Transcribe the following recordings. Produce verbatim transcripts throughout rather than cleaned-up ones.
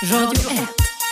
Radio ett.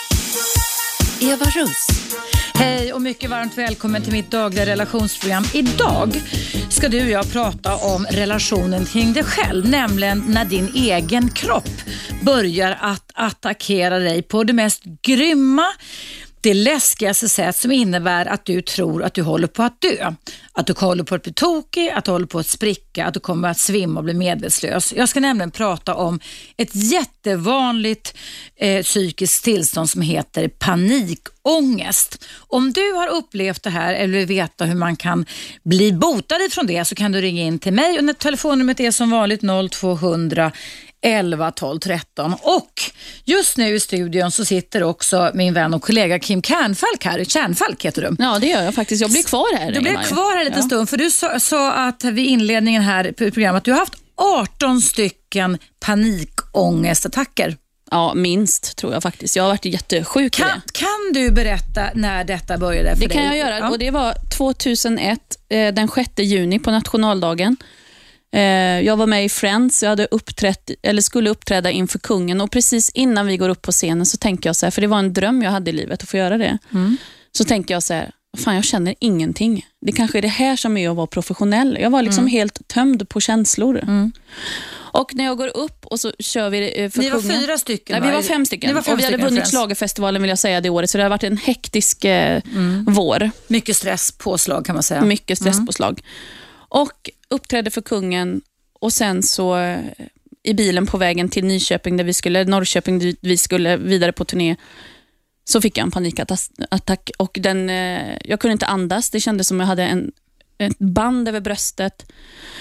Eva Russ. Hej och mycket varmt välkommen till mitt dagliga relationsprogram. Idag ska du och jag prata om relationen kring dig själv. Nämligen när din egen kropp börjar att attackera dig på det mest grymma, det läskigaste sätt, som innebär att du tror att du håller på att dö. Att du håller på att bli tokig, att du håller på att spricka, att du kommer att svimma och bli medvetslös. Jag ska nämligen prata om ett jättevanligt eh, psykiskt tillstånd som heter panikångest. Om du har upplevt det här eller vill veta hur man kan bli botad ifrån det, så kan du ringa in till mig. Och när telefonnumret är som vanligt noll två hundra elva tolv tretton. Och just nu i studion så sitter också min vän och kollega Kim Kärnfalk här. Kärnfalk heter du. Ja, det gör jag faktiskt. Jag blir kvar här. Du blir kvar här lite ja. stund, för du sa, sa att vid inledningen här på programmet att du har haft arton stycken panikångestattacker. Ja, minst tror jag faktiskt. Jag har varit jättesjuk kan, i det. Kan du berätta när detta började för det dig? Det kan jag göra. Ja. Och det var tjugohundraett, eh, den sjätte juni på nationaldagen. Eh, jag var med i Friends. Jag hade uppträtt, eller skulle uppträda inför kungen. Och precis innan vi går upp på scenen så tänker jag så här, för det var en dröm jag hade i livet att få göra det. Mm. Så tänker jag så här, fan jag känner ingenting. Det kanske är det här som är att vara professionell. Jag var liksom mm. helt tömd på känslor. Mm. Och när jag går upp och så kör vi för Ni var kungen. fyra stycken? Nej, vi var fem stycken. Var fem och vi hade stycken vunnit Schlagerfestivalen, vill jag säga, det året. Så det har varit en hektisk eh, mm. vår. Mycket stresspåslag kan man säga. Mycket stresspåslag. Mm. Och uppträdde för kungen. Och sen så eh, i bilen på vägen till Nyköping, där vi skulle, Norrköping, där vi skulle vidare på turné, så fick jag en panikattack. Och den, eh, jag kunde inte andas. Det kändes som jag hade en, ett band över bröstet.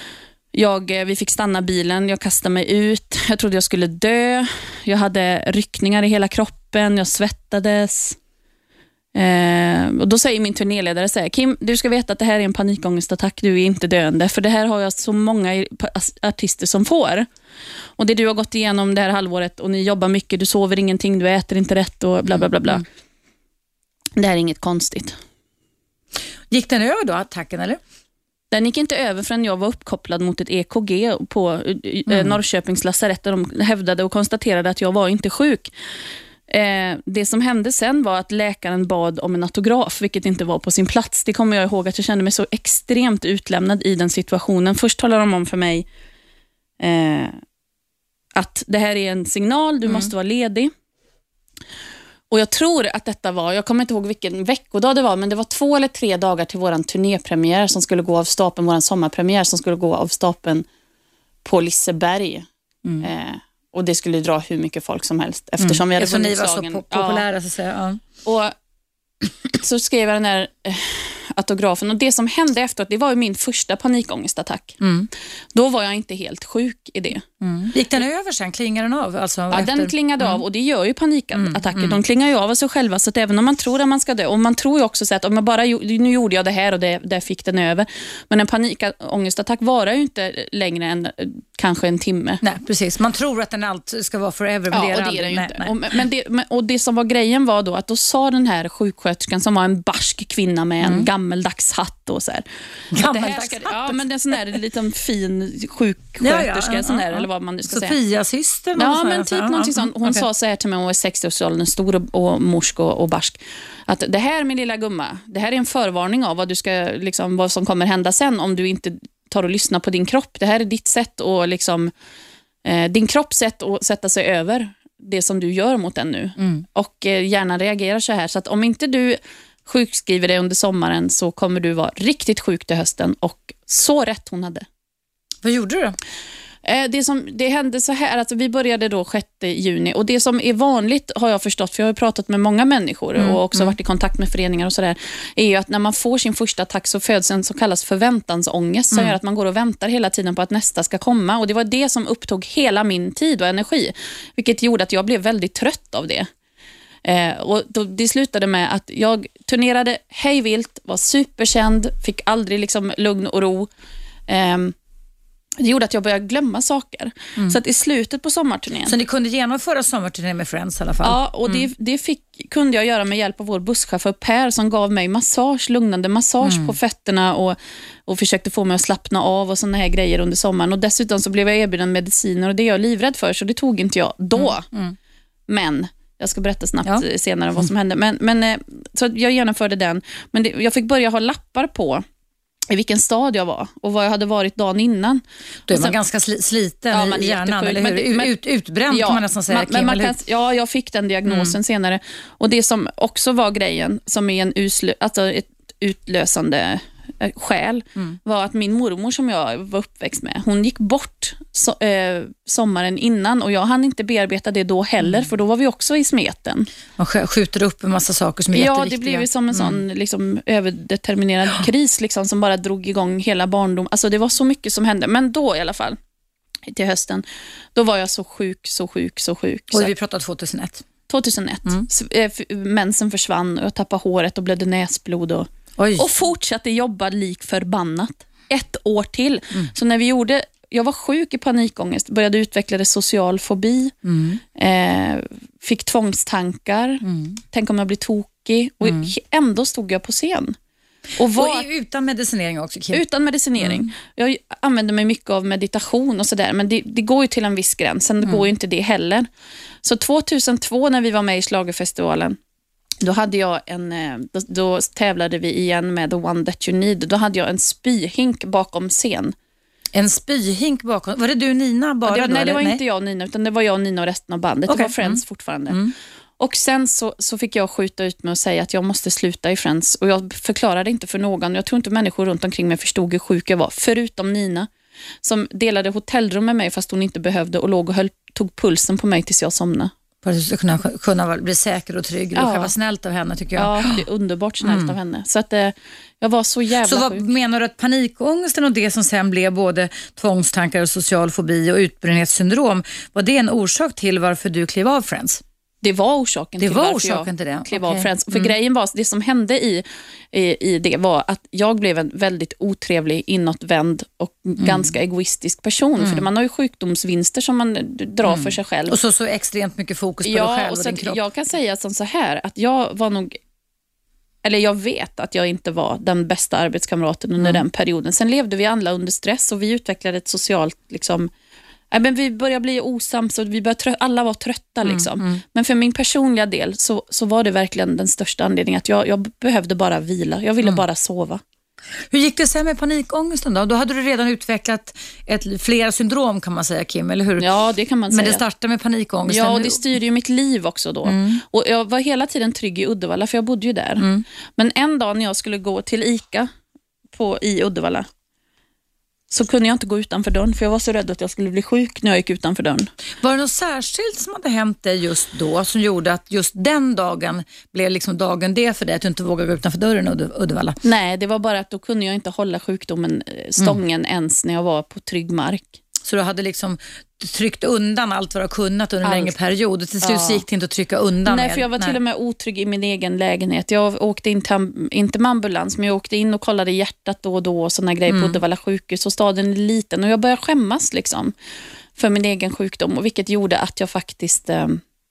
Jag, vi fick stanna bilen, jag kastade mig ut. Jag trodde jag skulle dö. Jag hade ryckningar i hela kroppen, jag svettades. Eh, och då säger min turnéledare så här, Kim, du ska veta att det här är en panikångestattack, du är inte döende. För det här har jag så många artister som får. Och det du har gått igenom det här halvåret, och ni jobbar mycket, du sover ingenting, du äter inte rätt och bla bla bla bla. Mm. Det här är inget konstigt. Gick den över då, attacken, eller? Den gick inte över förrän jag var uppkopplad mot ett E K G på mm. Norrköpings lasarett, där de hävdade och konstaterade att jag var inte sjuk. Eh, det som hände sen var att läkaren bad om en autograf, vilket inte var på sin plats. Det kommer jag ihåg, att jag kände mig så extremt utlämnad i den situationen. Först talar de om för mig eh, att det här är en signal, du mm. måste vara ledig. Och jag tror att detta var, jag kommer inte ihåg vilken veckodag det var, men det var två eller tre dagar till våran turnépremiär som skulle gå av stapeln, våran sommarpremiär som skulle gå av stapeln på Liseberg. Mm. Eh, och det skulle dra hur mycket folk som helst, eftersom mm. vi hade eftersom vunnit ni var slagen. Så populära, ja. Så att säga. Ja. Och så skrev jag den här eh, autografen, och det som hände efteråt, det var ju min första panikångestattack. Mm. Då var jag inte helt sjuk i det. Mm. Gick den över sen? Klingade den av? Alltså ja, efter... den klingade mm. av, och det gör ju panikattacker. Mm. Mm. De klingar ju av av sig själva, så att även om man tror att man ska dö, och man tror ju också så att om jag bara, nu gjorde jag det här och det, där fick den över. Men en panikångestattack varar ju inte längre än kanske en timme. Nej, precis. Man tror att den allt ska vara forever, men ja, det är och det är den ju nej, inte. Nej. Och, men det, och det som var grejen var då att då sa den här sjuksköterskan, som var en barsk kvinna med en mm. gammeldags hatt och så här. Gammeldags ska, hatt? Ja, men det är sån här liten fin sjuksköterska, ja, ja, sån här, ja, ja. eller vad man nu ska Sofia säga. Sofia-systern? Ja, men typ ja, någonting sånt. Hon okay. sa så här till mig, hon var sextioårsåldern, stor och, och morsk och, och barsk, att det här, min lilla gumma, det här är en förvarning av vad du ska, liksom, vad som kommer hända sen om du inte tar och lyssnar på din kropp. Det här är ditt sätt att liksom, eh, din kropps sätt att sätta sig över det som du gör mot den nu. Mm. Och eh, gärna reagerar så här. Så att om inte du sjukskriver dig under sommaren, så kommer du vara riktigt sjuk till hösten. Och så rätt hon hade. Vad gjorde du då? Det, som, det hände så här, alltså vi började då sjätte juni, och det som är vanligt, har jag förstått, för jag har pratat med många människor mm, och också mm. varit i kontakt med föreningar och sådär, är ju att när man får sin första attack så föds en så kallas förväntansångest, som mm. gör att man går och väntar hela tiden på att nästa ska komma, och det var det som upptog hela min tid och energi, vilket gjorde att jag blev väldigt trött av det. Eh, och då, det slutade med att jag turnerade hejvilt, var superkänd, fick aldrig liksom lugn och ro. Eh, Det gjorde att jag började glömma saker. Mm. Så att i slutet på sommarturnén... Så ni kunde genomföra sommarturnén med Friends i alla fall? Ja, och mm. det, det fick, kunde jag göra med hjälp av vår busschaufför Per, som gav mig massage, lugnande massage mm. på fötterna och, och försökte få mig att slappna av och såna här grejer under sommaren. Och dessutom så blev jag erbjuden mediciner, och det är jag livrädd för, så det tog inte jag då. Mm. Mm. Men Jag ska berätta snabbt Ja. senare vad som hände. Men, men, eh, så jag genomförde den. Men det, jag fick börja ha lappar på i vilken stad jag var och vad jag hade varit dagen innan. Då är och man sen, ganska sli, sliten ja, man i hjärnan, eller hur? Men, men, Ut, utbränd ja, kan man nästan säga, man, Kim, men man eller hur? kan, ja, jag fick den diagnosen mm. senare. Och det som också var grejen, som är en uslö, alltså ett utlösande skäl, mm. var att min mormor som jag var uppväxt med, hon gick bort so, eh, sommaren innan och jag hann inte bearbeta det då heller, mm. för då var vi också i smeten. Man skjuter upp en massa saker som är ja, jätteviktiga. Ja, det blev ju som en sån mm. liksom, överdeterminerad ja. kris liksom, som bara drog igång hela barndom. Alltså det var så mycket som hände, men då i alla fall till hösten, då var jag så sjuk, så sjuk, så sjuk. Och så vi pratade tjugohundraett. tjugohundraett. Mm. Mensen försvann och jag tappade håret och blödde näsblod och Oj. Och fortsatte jobba lik förbannat. Ett år till. Mm. Så när vi gjorde, jag var sjuk i panikångest, började utveckla social fobi, mm. eh, fick tvångstankar, mm. tänk om jag blir tokig. Och mm. ändå stod jag på scen. Och, var, och utan medicinering också, Kim? Utan medicinering. Mm. Jag använde mig mycket av meditation och sådär, men det, det går ju till en viss gräns. Sen mm. går ju inte det heller. Så tjugohundratvå när vi var med i Schlagerfestivalen, Då hade jag en, då, då tävlade vi igen med The One That You Need. Då hade jag en spyhink bakom scen. En spyhink bakom? Var det du och Nina bara ja, det, då? Nej, det var nej? inte jag och Nina, utan det var jag och Nina och resten av bandet. Okay. Det var Friends mm. fortfarande. Mm. Och sen så, så fick jag skjuta ut mig och säga att jag måste sluta i Friends. Och jag förklarade inte för någon. Jag tror inte människor runt omkring mig förstod hur sjuk jag var. Förutom Nina, som delade hotellrum med mig fast hon inte behövde och låg och höll, tog pulsen på mig tills jag somnade. För att du ska kunna, kunna bli säker och trygg. Ja. Det var snällt av henne, tycker jag. Ja, det är underbart snällt mm. av henne. Så att eh, jag var så jävla Så vad sjuk. menar du att panikångesten och det som sen blev både tvångstankar och social fobi och utbrändhetssyndrom, var det en orsak till varför du klev av Friends? Det var orsaken det till var varför orsaken jag till det. klev okay. av Friends. För mm. grejen var, det som hände i, i, i det var att jag blev en väldigt otrevlig, inåtvänd och mm. ganska egoistisk person. Mm. För man har ju sjukdomsvinster som man drar mm. för sig själv. Och så, så extremt mycket fokus på ja, dig själv och, och din kropp. Jag kan säga som så här, att jag var nog, eller jag vet att jag inte var den bästa arbetskamraten under mm. den perioden. Sen levde vi alla under stress och vi utvecklade ett socialt liksom. Men vi började bli osams och vi började trö- alla var trötta liksom. Mm, mm. Men för min personliga del så, så var det verkligen den största anledningen att jag, jag behövde bara vila. Jag ville mm. bara sova. Hur gick det sen med panikångesten då? Då hade du redan utvecklat ett, flera syndrom kan man säga, Kim, eller hur? Ja, det kan man säga. Men säga. det startade med panikångesten. Ja, och det styrde ju mitt liv också då. Mm. Och jag var hela tiden trygg i Uddevalla för jag bodde ju där. Mm. Men en dag när jag skulle gå till ICA på, i Uddevalla så kunde jag inte gå utanför dörren för jag var så rädd att jag skulle bli sjuk när jag gick utanför dörren. Var det något särskilt som hade hänt dig just då som gjorde att just den dagen blev liksom dagen det för dig att du inte vågade gå utanför dörren i Uddevalla? Nej, det var bara att då kunde jag inte hålla sjukdomen stången mm. ens när jag var på trygg mark. Så du hade liksom tryckt undan allt vad du har kunnat under en längre period och till slut ja. gick det inte att trycka undan. Nej, med. för jag var Nej. till och med otrygg i min egen lägenhet. Jag åkte in till, inte med ambulans, men jag åkte in och kollade hjärtat då och då och sådana grejer mm. på Uddevalla sjukhus och staden är liten och jag började skämmas liksom för min egen sjukdom och vilket gjorde att jag faktiskt eh,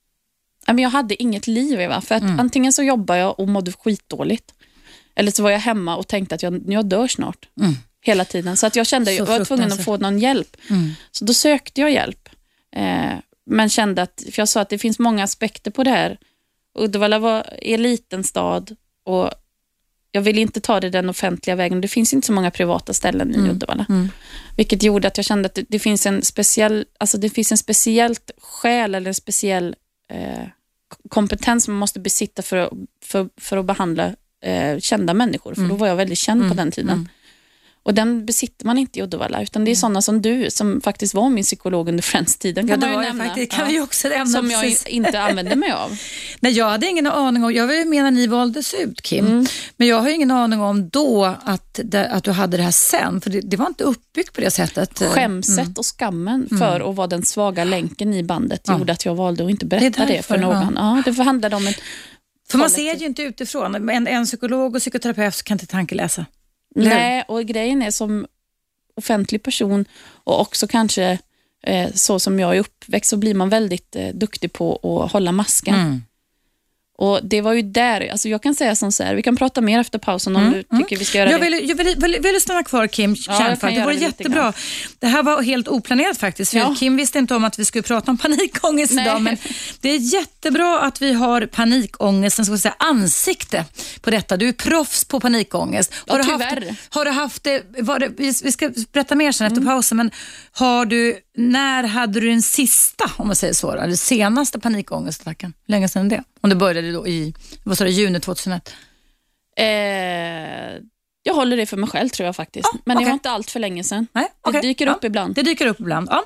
jag hade inget liv va? För att mm. antingen så jobbade jag och mådde skitdåligt eller så var jag hemma och tänkte att jag, jag dör snart. Mm. Hela tiden. Så att jag kände att jag var tvungen att få någon hjälp. Mm. Så då sökte jag hjälp. Eh, men kände att, för jag sa att det finns många aspekter på det här. Uddevalla var en liten stad och jag ville inte ta det den offentliga vägen. Det finns inte så många privata ställen mm. i Uddevalla. Mm. Vilket gjorde att jag kände att det, det finns en speciell, alltså det finns en speciellt skäl eller en speciell eh, kompetens man måste besitta för att, för, för att behandla eh, kända människor. För mm. då var jag väldigt känd mm. på den tiden. Mm. Och den besitter man inte i Uddevalla utan det är mm. sådana som du som faktiskt var min psykolog under Friends-tiden. Kan, ja, man ju nämna. Faktiskt, kan ja. vi också nämna. Som jag inte använde mig av. Nej, jag hade ingen aning om, jag menar ni valdes ut, Kim. Mm. Men jag har ingen aning om då att, det, att du hade det här sen. För det, det var inte uppbyggt på det sättet. Skämset mm. och skammen för mm. att vara den svaga länken i bandet ja. gjorde att jag valde att inte berätta det, det för någon. Ja. Ja, det handlade om en... För man ser ju inte utifrån. En, en psykolog och psykoterapeut kan inte tankeläsa. Nej, och grejen är som offentlig person och också kanske eh, så som jag är uppväxt så blir man väldigt eh, duktig på att hålla masken. Mm. Och det var ju där, alltså jag kan säga som så här, vi kan prata mer efter pausen om mm, du tycker mm. vi ska göra jag det. Vill, jag vill, vill, vill stanna kvar, Kim Kärnfalk. Ja, det var jättebra. Det här var helt oplanerat faktiskt. För ja. Kim visste inte om att vi skulle prata om panikångest Nej. idag, men det är jättebra att vi har panikångesten, så att säga, ansikte på detta. Du är proffs på panikångest. Ja, har du tyvärr. Haft, har du haft det, var det, vi ska berätta mer sen efter mm. pausen, men har du, när hade du den sista, om man säger så, eller senaste panikångestattacken? Hur länge sedan det? Om det började då i, vad sa det, juni tjugohundraett? Eh, jag håller det för mig själv, tror jag faktiskt. Oh, men okay. det var inte allt för länge sedan. Nej, okay. Det dyker ja. upp ibland. Det dyker upp ibland, ja.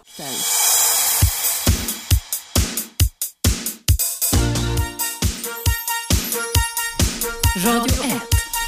Radio ett.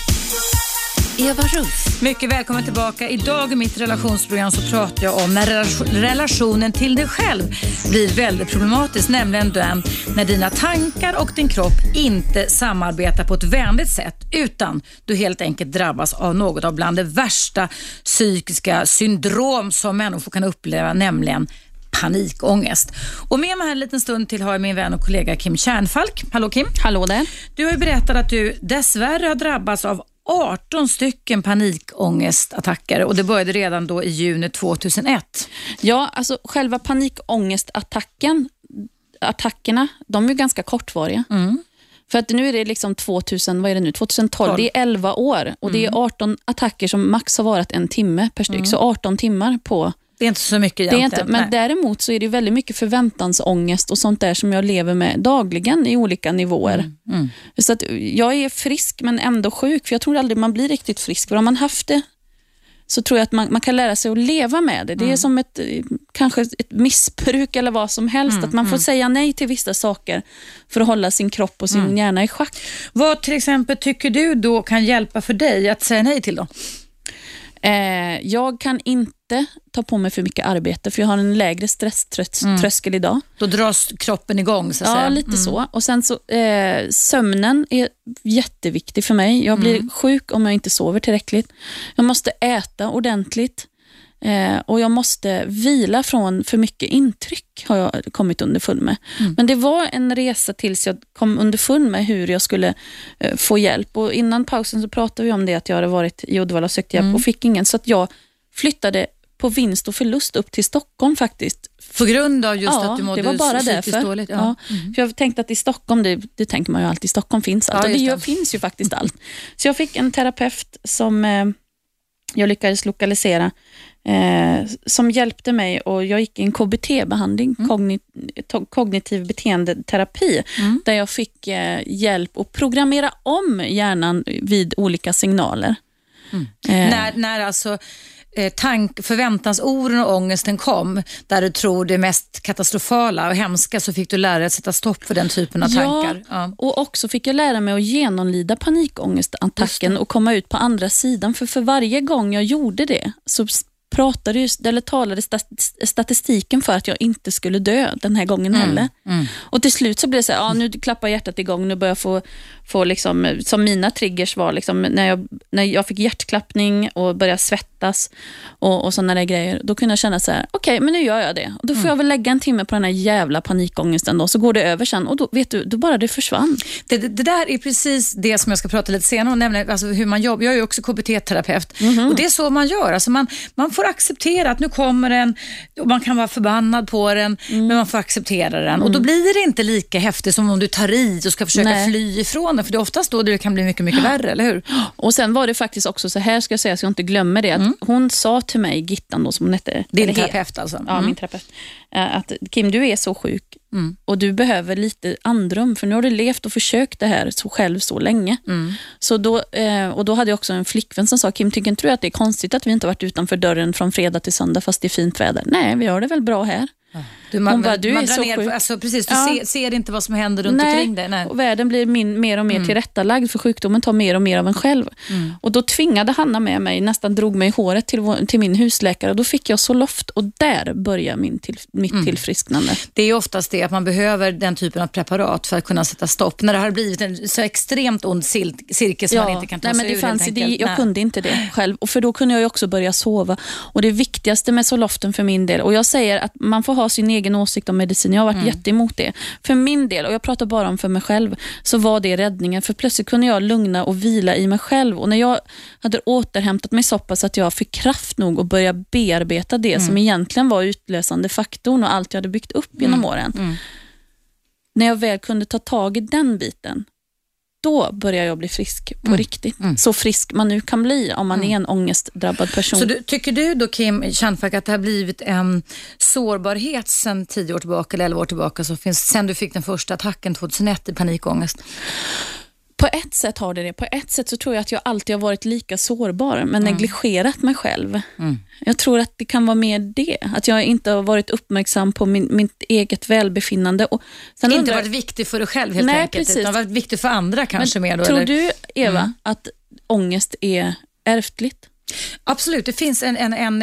Eva Russ. Mycket välkommen tillbaka. Idag i mitt relationsprogram så pratar jag om när relationen till dig själv blir väldigt problematisk. Nämligen den när dina tankar och din kropp inte samarbetar på ett vänligt sätt, utan du helt enkelt drabbas av något av bland det värsta psykiska syndrom som människor kan uppleva, nämligen panikångest. Och med mig här en liten stund till har jag min vän och kollega Kim Kärnfalk. Hallå Kim. Hallå där. Du har ju berättat att du dessvärre har drabbats av arton stycken panikångestattacker, och det började redan då i juni tjugohundraett. Ja, alltså själva panikångestattacken, attackerna, de är ju ganska kortvariga. Mm. För att nu är det liksom tvåtusen, vad är det nu? tjugotolv, tolv. Det är elva år och mm. det är arton attacker som max har varit en timme per styck. Mm. Så arton timmar på. Det är inte så mycket egentligen. Det är inte, men Nej. däremot så är det väldigt mycket förväntansångest och sånt där som jag lever med dagligen i olika nivåer. Mm. Mm. Så att jag är frisk men ändå sjuk, för jag tror aldrig man blir riktigt frisk. För om man haft det så tror jag att man, man kan lära sig att leva med det. Det är mm. som ett, kanske ett missbruk eller vad som helst. Mm. Att man får mm. säga nej till vissa saker för att hålla sin kropp och sin mm. hjärna i schack. Vad till exempel tycker du då kan hjälpa för dig att säga nej till då? Eh, jag kan inte ta på mig för mycket arbete, för jag har en lägre stresströskel mm. idag. Då dras kroppen igång, så att ja, säga. Ja, lite mm. så. Och sen så eh, sömnen är jätteviktig för mig. Jag blir mm. sjuk om jag inte sover tillräckligt. Jag måste äta ordentligt. Eh, och jag måste vila från för mycket intryck, har jag kommit underfund med. Mm. Men det var en resa tills jag kom underfund med hur jag skulle eh, få hjälp. Och innan pausen så pratade vi om det, att jag hade varit i Uddevalla och sökt hjälp mm. och fick ingen. Så att jag flyttade på vinst och förlust upp till Stockholm faktiskt. På grund av just ja, att du mådde det var bara därför. Dåligt? Ja. Ja. Mm. För jag tänkte att i Stockholm, det, det tänker man ju alltid, i Stockholm finns allt. Ja, och det, det finns ju faktiskt allt. Så jag fick en terapeut som eh, jag lyckades lokalisera, Eh, som hjälpte mig, och jag gick i en K B T-behandling, mm. kognit- kognitiv beteendeterapi, mm. där jag fick eh, hjälp att programmera om hjärnan vid olika signaler. Mm. Eh. När, när alltså eh, tank, förväntansoron och ångesten kom, där du tror det mest katastrofala och hemska, så fick du lära dig att sätta stopp för den typen av tankar. Ja, ja. Och också fick jag lära mig att genomlida panikångestattacken och komma ut på andra sidan, för för varje gång jag gjorde det så pratade just, eller talade statistiken för att jag inte skulle dö den här gången mm, heller. Mm. Och till slut så blev det så här, ja, nu klappar hjärtat igång, nu börjar jag få, få liksom, som mina triggers var liksom, när jag, när jag fick hjärtklappning och började svettas och, och sådana där grejer, då kunde jag känna så här, okej, okay, men nu gör jag det. Och då får mm. jag väl lägga en timme på den här jävla panikångesten då, så går det över sen, och då, vet du, då bara det försvann. Det, det, det där är precis det som jag ska prata lite senare om, nämligen alltså hur man jobbar. Jag är ju också K B T-terapeut, mm-hmm. och det är så man gör. Alltså man, man får acceptera att nu kommer den, och man kan vara förbannad på den, mm. men man får acceptera den. Mm. Och då blir det inte lika häftigt som om du tar i och ska försöka Nej. fly ifrån den, för det är oftast då det kan bli mycket, mycket värre, eller hur? Och sen var det faktiskt också så här, ska jag säga så jag inte glömmer det, att mm. hon sa till mig, Gittan då, som hon hette. Din terapeut alltså? Ja, mm. min terapeut. Att Kim, du är så sjuk mm. och du behöver lite andrum, för nu har du levt och försökt det här så själv så länge. Mm. Så då, och då hade jag också en flickvän som sa, Kim, tycker inte du att det är konstigt att vi inte har varit utanför dörren från fredag till söndag fast det är fint väder? Nej, vi har det väl bra här. Du, man, bara, du man är så ner, sjuk. Alltså, precis, du ja. ser, ser inte vad som händer runt Nej. omkring dig. Nej. Och världen blir min, mer och mer mm. tillrättalagd, för sjukdomen tar mer och mer av en själv. Mm. Och då tvingade Hanna med mig, nästan drog mig i håret till, till min husläkare, och då fick jag Zoloft, och där började min till, mitt mm. tillfrisknande. Det är oftast det att man behöver den typen av preparat för att kunna sätta stopp. När det har blivit en så extremt ond cirkel som ja. man inte kan ta Nej, sig men det ur. Fanns det, jag Nej. kunde inte det själv, och för då kunde jag ju också börja sova. Och det viktigaste med Zoloften för min del, och jag säger att man får ha sin egen åsikt om medicin. Jag har varit mm. jätteemot det. För min del, och jag pratar bara om för mig själv, så var det räddningen. För plötsligt kunde jag lugna och vila i mig själv. Och när jag hade återhämtat mig så pass att jag fick kraft nog att börja bearbeta det mm. som egentligen var utlösande faktorn och allt jag hade byggt upp genom mm. åren. Mm. När jag väl kunde ta tag i den biten, då börjar jag bli frisk på mm. riktigt. Mm. Så frisk man nu kan bli om man mm. är en ångestdrabbad person. Så du, tycker du då, Kim Kärnfalk, att det har blivit en sårbarhet sedan tio år tillbaka eller elva år tillbaka, så finns, sen du fick den första attacken tjugohundraett i panikångest? På ett sätt har det det. På ett sätt så tror jag att jag alltid har varit lika sårbar, men mm. negligerat mig själv. Mm. Jag tror att det kan vara mer det. Att jag inte har varit uppmärksam på min, mitt eget välbefinnande. Och sen inte undrar... varit viktig för dig själv helt Nej, enkelt. Precis. Utan varit viktig för andra kanske men mer. Då, tror eller? du, Eva, mm. att ångest är ärftligt? Absolut, det finns en, en, en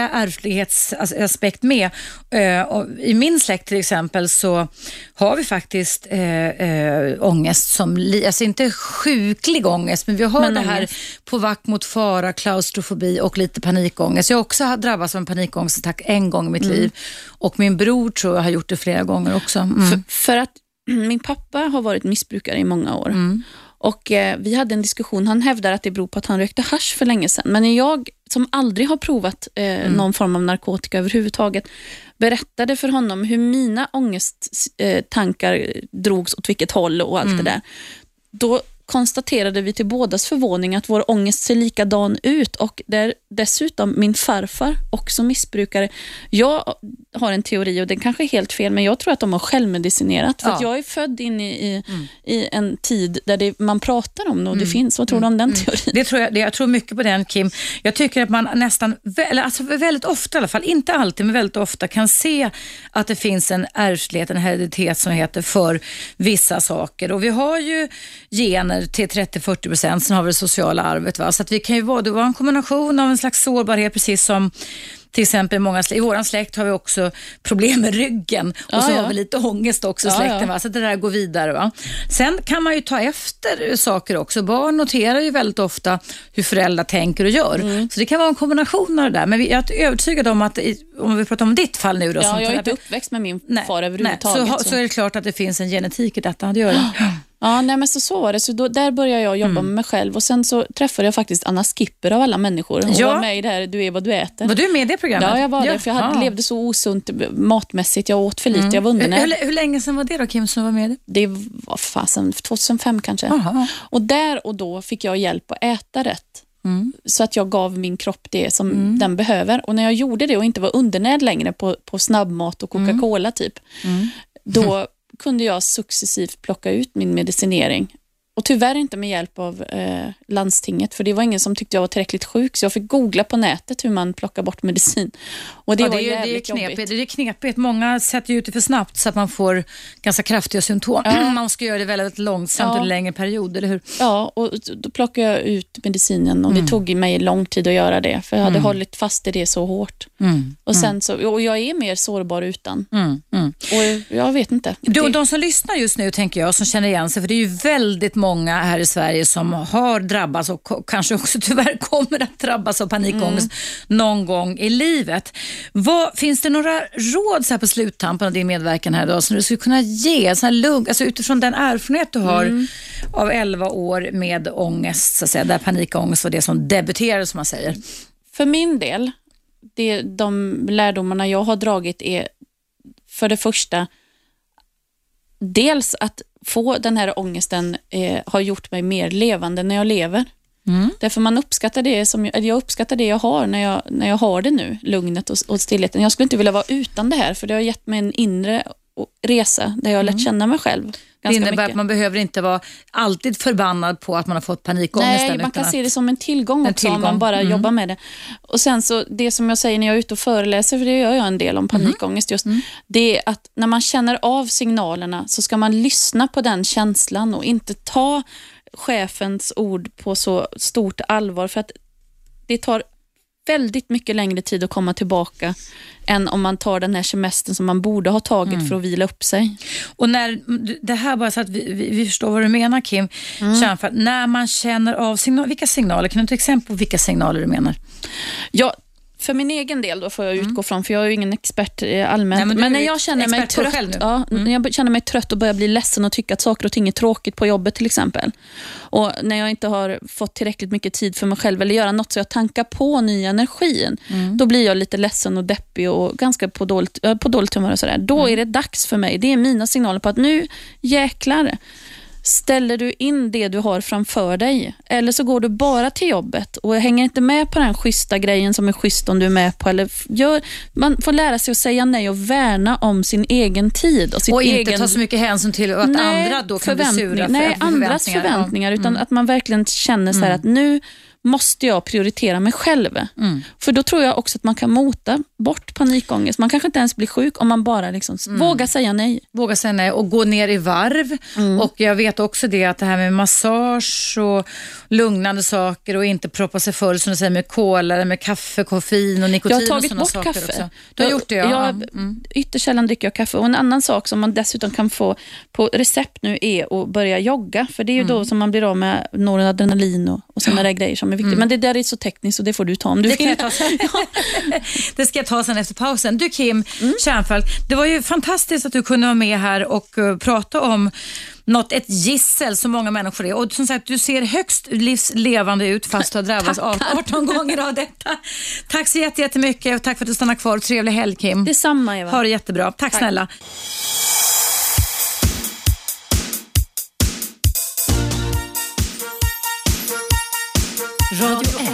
ärftlighetsaspekt med. Och i min släkt till exempel så har vi faktiskt äh, äh, ångest som, li- alltså inte sjuklig ångest, men vi har men det här ångest. På vakt mot fara, klaustrofobi och lite panikångest. Jag också har drabbats av en panikångestattack en gång i mitt mm. liv, och min bror tror jag har gjort det flera gånger också. Mm. För, för att min pappa har varit missbrukare i många år. Mm. Och eh, vi hade en diskussion, han hävdar att det beror på att han rökte hasch för länge sedan. Men jag som aldrig har provat eh, mm. någon form av narkotika överhuvudtaget berättade för honom hur mina ångesttankar eh, drogs åt vilket håll och allt mm. det där. Då konstaterade vi till bådas förvåning att vår ångest ser likadan ut, och där dessutom min farfar också missbrukare. Jag har en teori, och den kanske är helt fel, men jag tror att de har självmedicinerat. För ja. att jag är född in i, i, mm. i en tid där det, man pratar om det och det mm. finns. Vad tror mm. du om den teorin? Det tror jag, det, jag tror mycket på den, Kim. Jag tycker att man nästan, eller alltså väldigt ofta i alla fall, inte alltid men väldigt ofta kan se att det finns en ärftlighet, en hereditet som heter för vissa saker. Och vi har ju gener till trettio till fyrtio procent, sen har vi det sociala arvet. Va? Så att vi kan ju vara, det var en kombination av en slags sårbarhet, precis som till exempel många, i våran släkt har vi också problem med ryggen, och ja, så ja. har vi lite ångest också i släkten. Ja, ja. Va? Så det där går vidare. Va? Sen kan man ju ta efter saker också. Barn noterar ju väldigt ofta hur föräldrar tänker och gör. Mm. Så det kan vara en kombination av det där. Men vi, jag är övertygad om att, om vi pratar om ditt fall nu. Då, ja, som jag är inte uppväxt med min nej, far överhuvudtaget. Nej, så, så. så är det klart att det finns en genetik i detta. Det gör det. Ja. Ja, nej, men så, så var det. Så då, där började jag jobba mm. med mig själv. Och sen så träffade jag faktiskt Anna Skipper av alla människor. Hon ja. var med i det här Du är vad du äter. Var du med i det programmet? Ja, jag var ja. där. För jag hade, levde så osunt matmässigt. Jag åt för lite, mm. jag var undernärd. Hur, hur länge sedan var det då, Kim, som var med? Det var fasen tjugohundrafem kanske. Aha. Och där och då fick jag hjälp att äta rätt. Mm. Så att jag gav min kropp det som mm. den behöver. Och när jag gjorde det och inte var undernärd längre på, på snabbmat och Coca-Cola mm. typ. Mm. Då mm. kunde jag successivt plocka ut min medicinering. Och tyvärr inte med hjälp av eh, landstinget, för det var ingen som tyckte jag var tillräckligt sjuk, så jag fick googla på nätet hur man plockar bort medicin. Och det, ja, det var jävligt det är knepigt. Det är knepigt. Många sätter ju ut det för snabbt så att man får ganska kraftiga symptom. Ja. Man ska göra det väldigt långsamt ja. under en längre period, eller hur? Ja, och då plockade jag ut medicinen och mm. det tog mig lång tid att göra det, för jag hade mm. hållit fast i det så hårt. Mm. Och sen så, och jag är mer sårbar utan. Mm. Mm. Och jag vet inte. De, de som lyssnar just nu, tänker jag, som känner igen sig, för det är ju väldigt många här i Sverige som har drabbats och k- kanske också tyvärr kommer att drabbas av panikångest mm. någon gång i livet. Vad, finns det några råd så här på sluttampen av din medverkan här då, som du skulle kunna ge så här lugn, alltså utifrån den erfarenhet du har mm. av elva år med ångest, så att säga, där panikångest var det som debuterade, som man säger? För min del, det, de lärdomarna jag har dragit är för det första dels att få den här ångesten eh, har gjort mig mer levande när jag lever. Mm. Därför man uppskattar det som jag, jag uppskattar det jag har när jag, när jag har det nu, lugnet och, och stillheten. Jag skulle inte vilja vara utan det här, för det har gett mig en inre resa där jag har lärt känna mig själv. Det innebär mycket. Att man behöver inte vara alltid förbannad på att man har fått panikångest. Nej, man kan se det som en tillgång också, tillgång. Om man bara mm. jobbar med det. Och sen så, det som jag säger när jag är ute och föreläser, för det gör jag en del om panikångest just, mm. det är att när man känner av signalerna så ska man lyssna på den känslan och inte ta chefens ord på så stort allvar, för att det tar väldigt mycket längre tid att komma tillbaka än om man tar den här semestern som man borde ha tagit mm. för att vila upp sig. Och när det här, bara så att vi, vi, vi förstår vad du menar, Kim, mm. Kärnfalk, när man känner av signaler, vilka signaler, kan du ta exempel på vilka signaler du menar? Ja, för min egen del då får jag utgå mm. från, för jag är ju ingen expert allmänt. Nej, men, men när jag känner mig trött, ja, mm. när jag känner mig trött och börjar bli ledsen och tycka att saker och ting är tråkigt på jobbet till exempel. Och när jag inte har fått tillräckligt mycket tid för mig själv eller göra något så jag tankar på ny energi, mm. då blir jag lite ledsen och deppig och ganska på dåligt, på dåligt humör och sådär. Då mm. är det dags för mig. Det är mina signaler på att nu jäklar ställer du in det du har framför dig, eller så går du bara till jobbet och hänger inte med på den schyssta grejen som är schysst om du är med på, eller gör, man får lära sig att säga nej och värna om sin egen tid och, sitt och egen, inte ta så mycket hänsyn till att nej, andra då kan bli sura för, nej, för andras förväntningar, utan mm. att man verkligen känner så här mm. att nu måste jag prioritera mig själv. Mm. För då tror jag också att man kan mota bort panikångest. Man kanske inte ens blir sjuk om man bara liksom mm. vågar säga nej. Våga säga nej och gå ner i varv. Mm. Och jag vet också det att det här med massage och lugnande saker och inte proppa sig full som du säger med kola eller med kaffe, koffein och nikotin. Jag har tagit och bort kaffe. Också. Du har jag, gjort det, ja. Jag, mm. Ytterst sällan dricker jag kaffe. Och en annan sak som man dessutom kan få på recept nu är att börja jogga. För det är ju mm. då som man blir av med noradrenalin och, och sådana där grejer som är viktigt. Mm. Men det där är så tekniskt och det får du ta om du det vill. Kan jag ta sen. Det ska jag ta sen efter pausen. Du Kim mm. Kärnfalk, det var ju fantastiskt att du kunde vara med här och uh, prata om något, ett gissel som många människor är. Och som sagt, du ser högst livslevande ut fast du har drabbats arton gånger av detta. Tack så jättemycket och tack för att du stannar kvar. Trevlig helg Kim. Detsamma Eva. Ha det jättebra. Tack, tack. Snälla. Radio ett.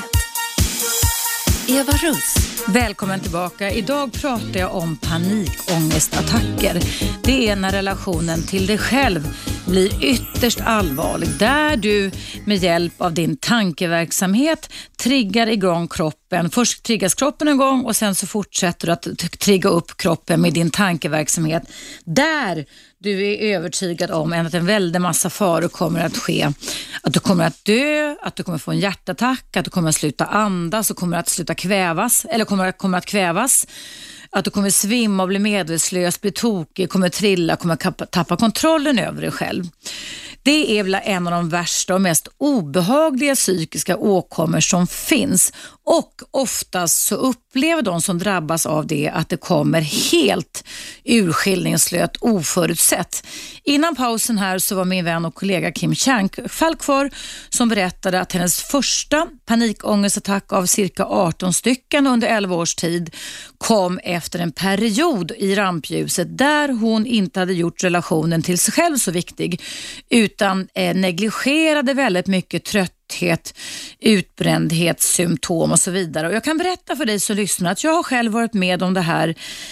Eva Russ. Välkommen tillbaka. Idag pratar jag om panikångestattacker. Det är när relationen till dig själv blir ytterst allvarlig. Där du med hjälp av din tankeverksamhet triggar igång kroppen. Först triggas kroppen en gång och sen så fortsätter du att trigga upp kroppen med din tankeverksamhet. Där du är övertygad om att en väldig massa faror kommer att ske. Att du kommer att dö, att du kommer få en hjärtattack, att du kommer att sluta andas och kommer att sluta kvävas, eller kommer att, kommer att kvävas. Att du kommer svimma och bli medvetslös, bli tokig, kommer trilla, kommer tappa kontrollen över dig själv. Det är väl en av de värsta och mest obehagliga psykiska åkommor som finns. Och oftast så upplever de som drabbas av det att det kommer helt urskillningslöst oförutsett. Innan pausen här så var min vän och kollega Kim Kärnfalk kvar som berättade att hennes första panikångestattack av cirka arton stycken under elva års tid kom efter en period i rampljuset där hon inte hade gjort relationen till sig själv så viktig utan eh, negligerade väldigt mycket trötthet, utbrändhet, symptom och så vidare. Och jag kan berätta för dig som lyssnar att jag har själv varit med om det här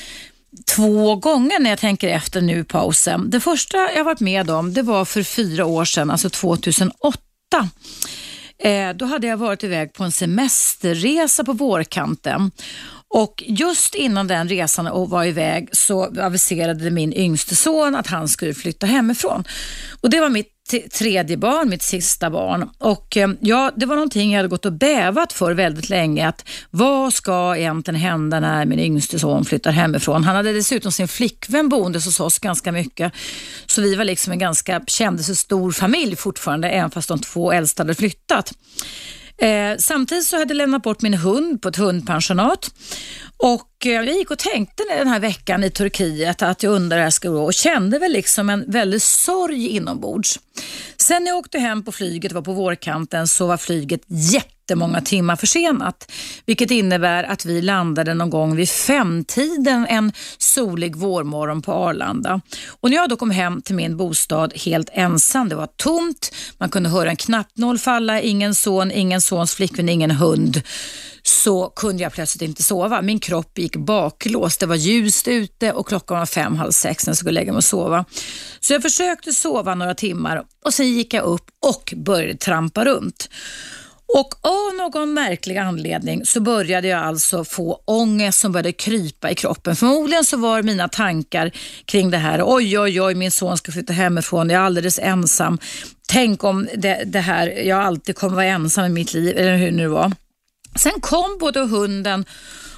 två gånger när jag tänker efter nu i pausen. Det första jag varit med om det var för fyra år sedan, alltså tjugohundraåtta. Eh, då hade jag varit iväg på en semesterresa på vårkanten. Och just innan den resan och var iväg så aviserade min yngste son att han skulle flytta hemifrån. Och det var mitt t- tredje barn, mitt sista barn. Och eh, ja, det var någonting jag hade gått och bävat för väldigt länge. Att vad ska egentligen hända när min yngste son flyttar hemifrån? Han hade dessutom sin flickvän boende hos oss ganska mycket. Så vi var liksom en ganska kändes stor familj fortfarande, även fast de två äldsta hade flyttat. Eh, samtidigt så hade jag lämnat bort min hund på ett hundpensionat och eh, jag gick och tänkte den här veckan i Turkiet att jag undrar hur jag ska gå och kände väl liksom en väldigt sorg inombords. Sen när jag åkte hem på flyget, var på vårkanten, så var flyget jättemånga timmar försenat. Vilket innebär att vi landade någon gång vid femtiden en solig vårmorgon på Arlanda. Och när jag då kom hem till min bostad helt ensam, det var tomt, man kunde höra en knappnål falla, ingen son, ingen sons flickvän, ingen hund. Så kunde jag plötsligt inte sova. Min kropp gick baklås. Det var ljust ute och klockan var fem, halv sex när jag skulle lägga mig och sova. Så jag försökte sova några timmar och sen gick jag upp och började trampa runt. Och av någon märklig anledning så började jag alltså få ångest som började krypa i kroppen. Förmodligen så var mina tankar kring det här. Oj, oj, oj, min son ska flytta hemifrån. Jag är alldeles ensam. Tänk om det, det här, jag alltid kommer vara ensam i mitt liv, eller hur det nu var. Sen kom både hunden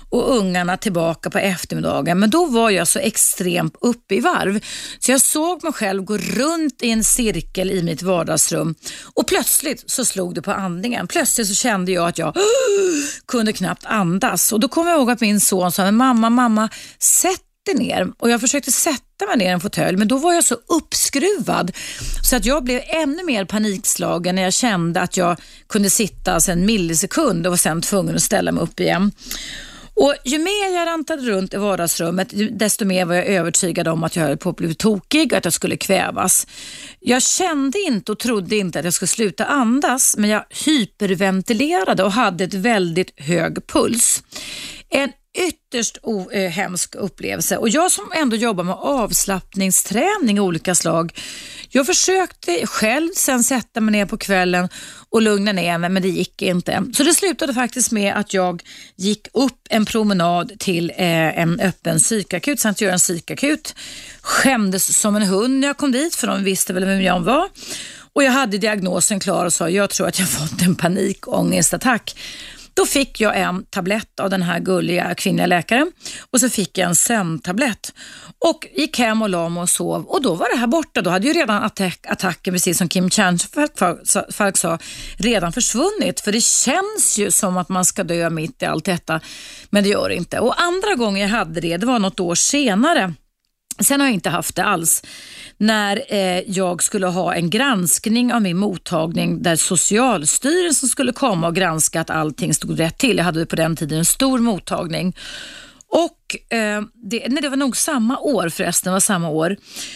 och ungarna tillbaka på eftermiddagen. Men då var jag så extremt uppe i varv. Så jag såg mig själv gå runt i en cirkel i mitt vardagsrum. Och plötsligt så slog det på andningen. Plötsligt så kände jag att jag kunde knappt andas. Och då kom jag ihåg att min son sa, men mamma, mamma, sätt ner. Och jag försökte sätta mig ner i en fåtölj, men då var jag så uppskruvad så att jag blev ännu mer panikslagen när jag kände att jag kunde sitta en millisekund och var sen tvungen att ställa mig upp igen. Och ju mer jag rantade runt i vardagsrummet, desto mer var jag övertygad om att jag höll på att bli tokig och att jag skulle kvävas. Jag kände inte och trodde inte att jag skulle sluta andas, men jag hyperventilerade och hade ett väldigt hög puls. En ytterst o- äh, hemsk upplevelse. Och jag som ändå jobbar med avslappningsträning i olika slag, jag försökte själv sen sätta mig ner på kvällen och lugna ner mig, men det gick inte. Så det slutade faktiskt med att jag gick upp en promenad till eh, en öppen psykakut, Sankt Görans psykakut. Skämdes som en hund när jag kom dit, för de visste väl vem jag var. Och jag hade diagnosen klar och sa, jag tror att jag fått en panikångestattack. Då fick jag en tablett av den här gulliga kvinnliga läkaren och så fick jag en sömntablett och gick hem och la mig och sov, och då var det här borta. Då hade ju redan attack, attacken, precis som Kim Kärnfalk sa, redan försvunnit, för det känns ju som att man ska dö mitt i allt detta, men det gör det inte. Och andra gången jag hade det, det var något år senare. Sen har jag inte haft det alls. När eh, jag skulle ha en granskning av min mottagning där Socialstyrelsen skulle komma och granska att allting stod rätt till. Jag hade på den tiden en stor mottagning. Och eh, det, nej, det var nog samma år förresten, var samma år.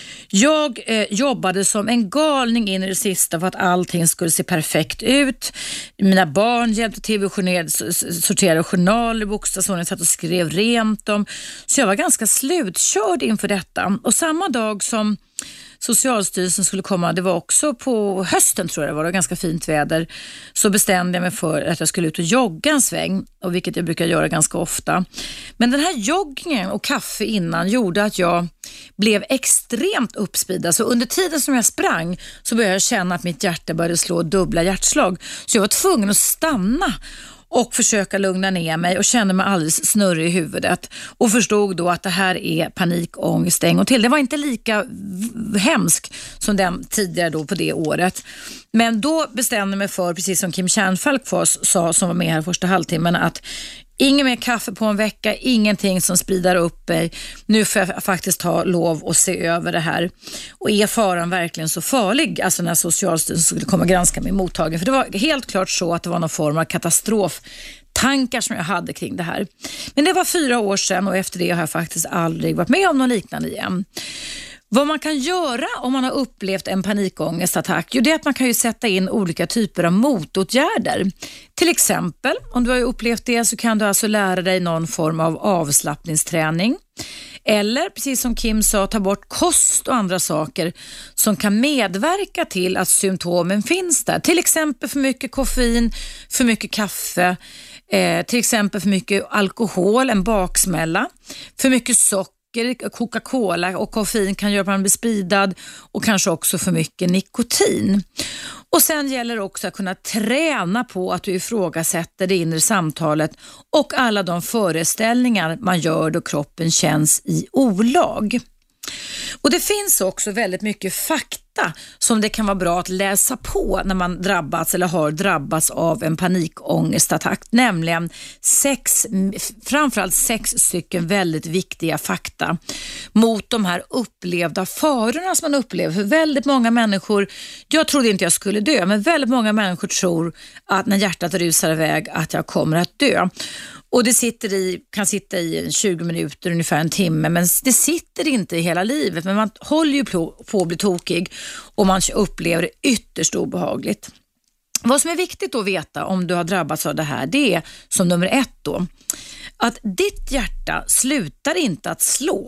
Jag eh, jobbade som en galning in i det sista för att allting skulle se perfekt ut. Mina barn hjälpte till att sortera journaler, bokstavsordning, satt och skrev rent dem. Så jag var ganska slutkörd inför detta. Och samma dag som Socialstyrelsen skulle komma, det var också på hösten tror jag det var, det var ganska fint väder, så bestämde jag mig för att jag skulle ut och jogga en sväng, och vilket jag brukar göra ganska ofta. Men den här joggingen och kaffe innan gjorde att jag blev extremt uppspeedad, så under tiden som jag sprang så började jag känna att mitt hjärta började slå dubbla hjärtslag, så jag var tvungen att stanna och försöka lugna ner mig, och kände mig alldeles snurrig i huvudet och förstod då att det här är panikångest en gång till. Det var inte lika v- hemsk som den tidigare då på det året. Men då bestämde jag mig för, precis som Kim Kärnfalk sa som var med här första halvtimmen, att ingen mer kaffe på en vecka, ingenting som sprider upp mig. Nu får jag faktiskt ta lov och se över det här. Och är faran verkligen så farlig? Alltså när Socialstyrelsen skulle komma och granska min mottagning. För det var helt klart så att det var någon form av katastroftankar som jag hade kring det här. Men det var fyra år sedan, och efter det har jag faktiskt aldrig varit med om något liknande igen. Vad man kan göra om man har upplevt en panikångestattack, jo, det är att man kan ju sätta in olika typer av motåtgärder. Till exempel, om du har upplevt det, så kan du alltså lära dig någon form av avslappningsträning. Eller, precis som Kim sa, ta bort kost och andra saker som kan medverka till att symptomen finns där. Till exempel för mycket koffein, för mycket kaffe, eh, till exempel för mycket alkohol, en baksmälla, för mycket socker, Coca-Cola och koffein kan göra att man blir spridad, och kanske också för mycket nikotin. Och sen gäller det också att kunna träna på att du ifrågasätter det inre samtalet och alla de föreställningar man gör då kroppen känns i olag. Och det finns också väldigt mycket fakta som det kan vara bra att läsa på när man drabbats eller har drabbats av en panikångestattack, nämligen sex, framförallt sex stycken väldigt viktiga fakta mot de här upplevda farorna som man upplever. För väldigt många människor, jag trodde inte jag skulle dö, men väldigt många människor tror att när hjärtat rusar iväg att jag kommer att dö. Och det sitter i, kan sitta i tjugo minuter, ungefär en timme, men det sitter inte i hela livet. Men man håller ju på, på att bli tokig och man upplever det ytterst obehagligt. Vad som är viktigt att veta om du har drabbats av det här, det är som nummer ett då, att ditt hjärta slutar inte att slå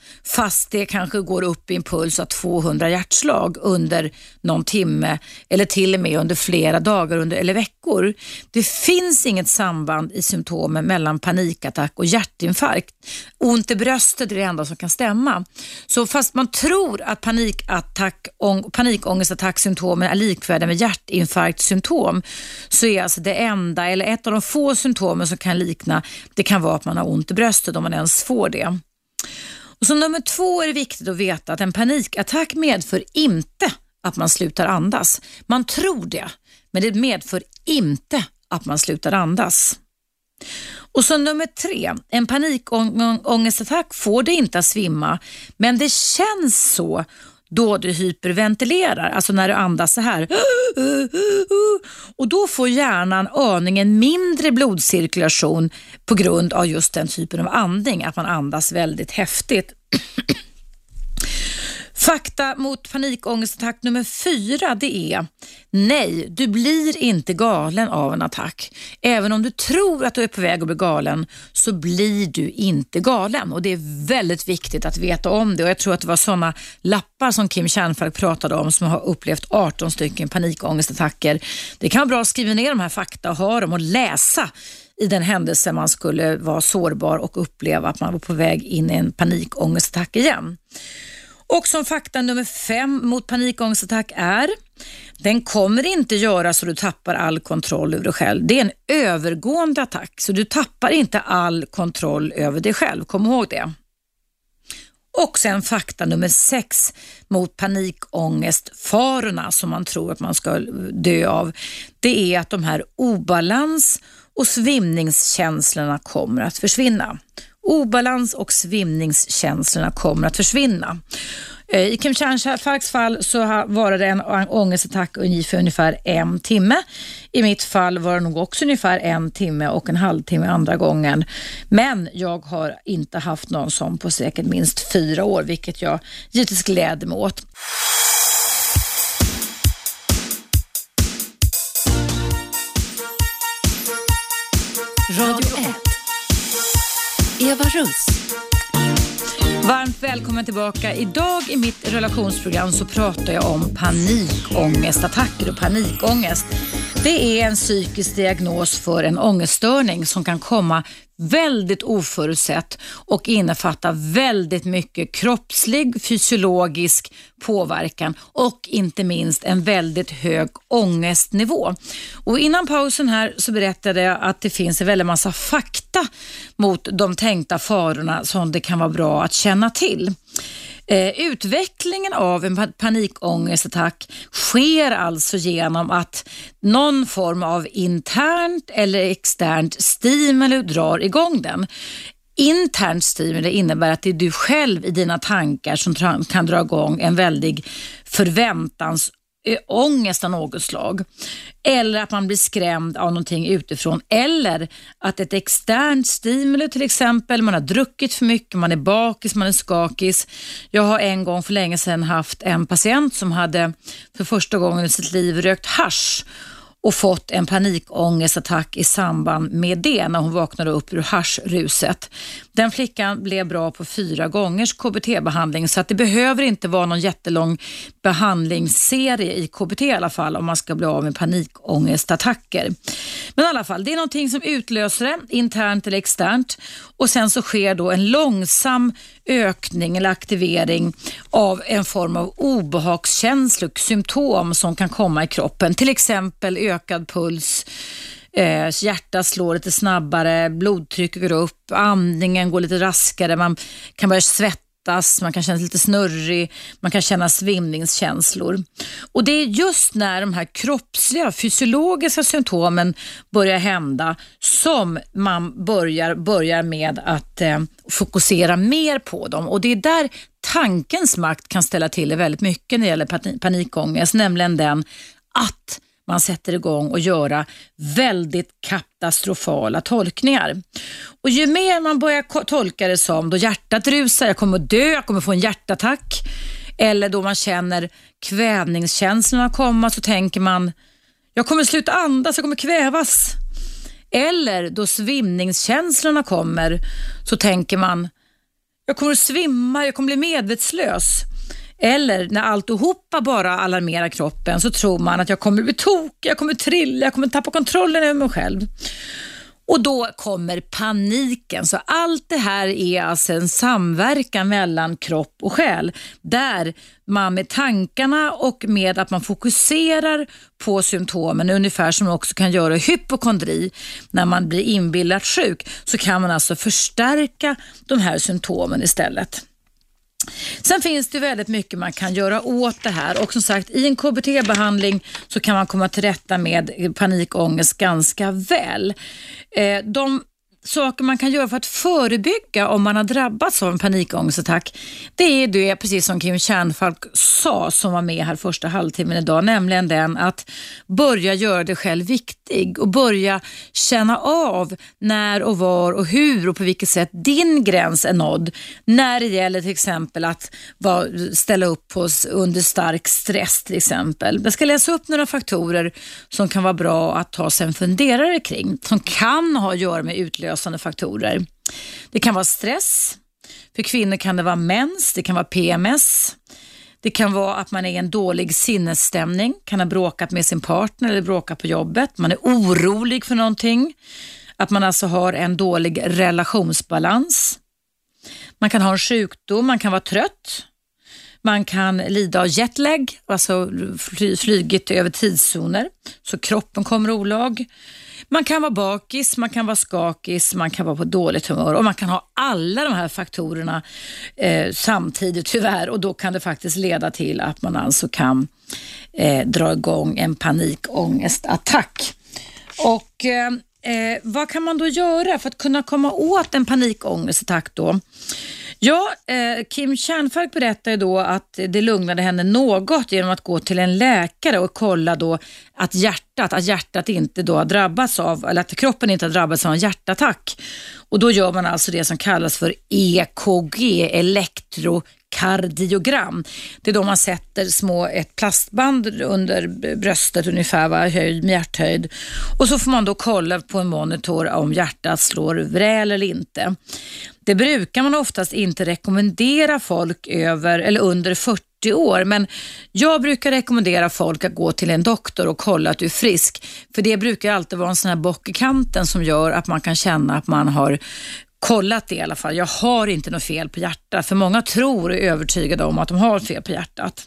fast det kanske går upp i en puls av tvåhundra hjärtslag under någon timme eller till och med under flera dagar under, eller veckor. Det finns inget samband i symptomen mellan panikattack och hjärtinfarkt. Ont i bröstet är det enda som kan stämma. Så fast man tror att panikattack, panikångestattacksymptomen är likvärdiga med hjärtinfarktsymptom, så är alltså det enda eller ett av de få symptomen som kan likna, det kan vara att man har ont i bröstet om man ens får det. Och som nummer två är det viktigt att veta att en panikattack medför inte att man slutar andas. Man tror det, men det medför inte att man slutar andas. Och så nummer tre, en panikångestattack får det inte att svimma, men det känns så då du hyperventilerar, alltså när du andas så här. Och då får hjärnan aningen mindre blodcirkulation på grund av just den typen av andning, att man andas väldigt häftigt. Fakta mot panikångestattack nummer fyra, det är nej, du blir inte galen av en attack. Även om du tror att du är på väg att bli galen så blir du inte galen. Och det är väldigt viktigt att veta om det. Och jag tror att det var sådana lappar som Kim Kärnfalk pratade om som har upplevt arton stycken panikångestattacker. Det kan vara bra att skriva ner de här fakta och ha dem och läsa i den händelse man skulle vara sårbar och uppleva att man var på väg in i en panikångestattack igen. Och som fakta nummer fem mot panikångestattack är: den kommer inte göra så du tappar all kontroll över dig själv. Det är en övergående attack, så du tappar inte all kontroll över dig själv. Kom ihåg det. Och sen fakta nummer sex mot panikångestfarorna som man tror att man ska dö av. Det är att de här obalans och svimningskänslorna kommer att försvinna. Obalans och svimningskänslorna kommer att försvinna. I Kim Kärnfalks fall så var det en ångestattack ungefär, ungefär en timme. I mitt fall var det nog också ungefär en timme och en halvtimme andra gången. Men jag har inte haft någon som på säkert minst fyra år, vilket jag givetvis gläder mig åt. Radio ett. Eva Russ. Varmt välkommen tillbaka. Idag i mitt relationsprogram så pratar jag om panikångestattacker och panikångest. Det är en psykisk diagnos för en ångeststörning som kan komma väldigt oförutsett och innefatta väldigt mycket kroppslig, fysiologisk påverkan och inte minst en väldigt hög ångestnivå. Och innan pausen här så berättade jag att det finns en väldigt massa fakta mot de tänkta farorna som det kan vara bra att känna till. Eh, utvecklingen av en panikångestattack sker alltså genom att någon form av internt eller externt stimuli drar igång den. Internt stimuli innebär att det är du själv i dina tankar som kan dra igång en väldig förväntans ångest av något slag, eller att man blir skrämd av någonting utifrån, eller att ett externt stimuli, till exempel man har druckit för mycket, man är bakis, man är skakis. Jag har en gång för länge sedan haft en patient som hade för första gången i sitt liv rökt hasch och fått en panikångestattack i samband med det när hon vaknade upp ur haschruset. Den flickan blev bra på fyra gångers K B T-behandling, så att det behöver inte vara någon jättelång behandlingsserie i K B T i alla fall om man ska bli av med panikångestattacker. Men i alla fall, det är någonting som utlöser det, internt eller externt, och sen så sker då en långsam ökning eller aktivering av en form av obehagskänslor, symptom som kan komma i kroppen, till exempel ökad puls, eh, hjärtat slår lite snabbare, blodtrycket går upp, andningen går lite raskare, man kan börja svettas, man kan känna sig lite snurrig, man kan känna svimningskänslor. Och det är just när de här kroppsliga, fysiologiska symptomen börjar hända som man börjar, börjar med att eh, fokusera mer på dem. Och det är där tankens makt kan ställa till det väldigt mycket när det gäller panikångest, nämligen den att man sätter igång och göra väldigt katastrofala tolkningar. Och ju mer man börjar tolka det som då hjärtat rusar, jag kommer att dö, jag kommer få en hjärtattack, eller då man känner kvävningskänslorna komma, så tänker man jag kommer sluta andas, jag kommer kvävas. Eller då svimningskänslorna kommer så tänker man jag kommer att svimma, jag kommer bli medvetslös. Eller när alltihopa bara alarmerar kroppen så tror man att jag kommer bli tokig, jag kommer trilla, jag kommer tappa kontrollen över mig själv. Och då kommer paniken. Så allt det här är alltså en samverkan mellan kropp och själ. Där man med tankarna och med att man fokuserar på symptomen, ungefär som man också kan göra hypokondri när man blir inbillat sjuk, så kan man alltså förstärka de här symptomen istället. Sen finns det väldigt mycket man kan göra åt det här, och som sagt i en K B T-behandling så kan man komma till rätta med panikångest ganska väl. Eh, de saker man kan göra för att förebygga om man har drabbats av en panikångestattack, det är det, precis som Kim Kärnfalk sa som var med här första halvtimmen idag, nämligen den att börja göra det själv viktig och börja känna av när och var och hur och på vilket sätt din gräns är nådd när det gäller till exempel att ställa upp på under stark stress till exempel. Jag ska läsa upp några faktorer som kan vara bra att ta sig en funderare kring, som kan ha att göra med utlösning faktorer. Det kan vara stress. För kvinnor kan det vara mens, det kan vara P M S. Det kan vara att man är i en dålig sinnesstämning, kan ha bråkat med sin partner eller bråkat på jobbet. Man är orolig för någonting. Att man alltså har en dålig relationsbalans. Man kan ha en sjukdom, man kan vara trött. Man kan lida av jetlag, alltså fly, flygit över tidszoner, så kroppen kommer olag. Man kan vara bakis, man kan vara skakis, man kan vara på dåligt humör och man kan ha alla de här faktorerna eh, samtidigt tyvärr, och då kan det faktiskt leda till att man alltså kan eh, dra igång en panikångestattack. Och eh, eh, vad kan man då göra för att kunna komma åt en panikångestattack då? Ja, eh, Kim Kärnfalk berättade då att det lugnade henne något genom att gå till en läkare och kolla då att hjärtat, att hjärtat inte då har drabbats av, eller att kroppen inte har drabbats av en hjärtattack. Och då gör man alltså det som kallas för E K G, elektrokardiogram. Det är då man sätter små, ett plastband under bröstet ungefär, va, höjd, hjärthöjd. Och så får man då kolla på en monitor om hjärtat slår väl eller inte. Det brukar man oftast inte rekommendera folk över eller under fyrtio år, men jag brukar rekommendera folk att gå till en doktor och kolla att du är frisk, för det brukar alltid vara en sån här bock i kanten som gör att man kan känna att man har kollat det i alla fall. Jag har inte något fel på hjärtat, för många tror och är övertygade om att de har fel på hjärtat.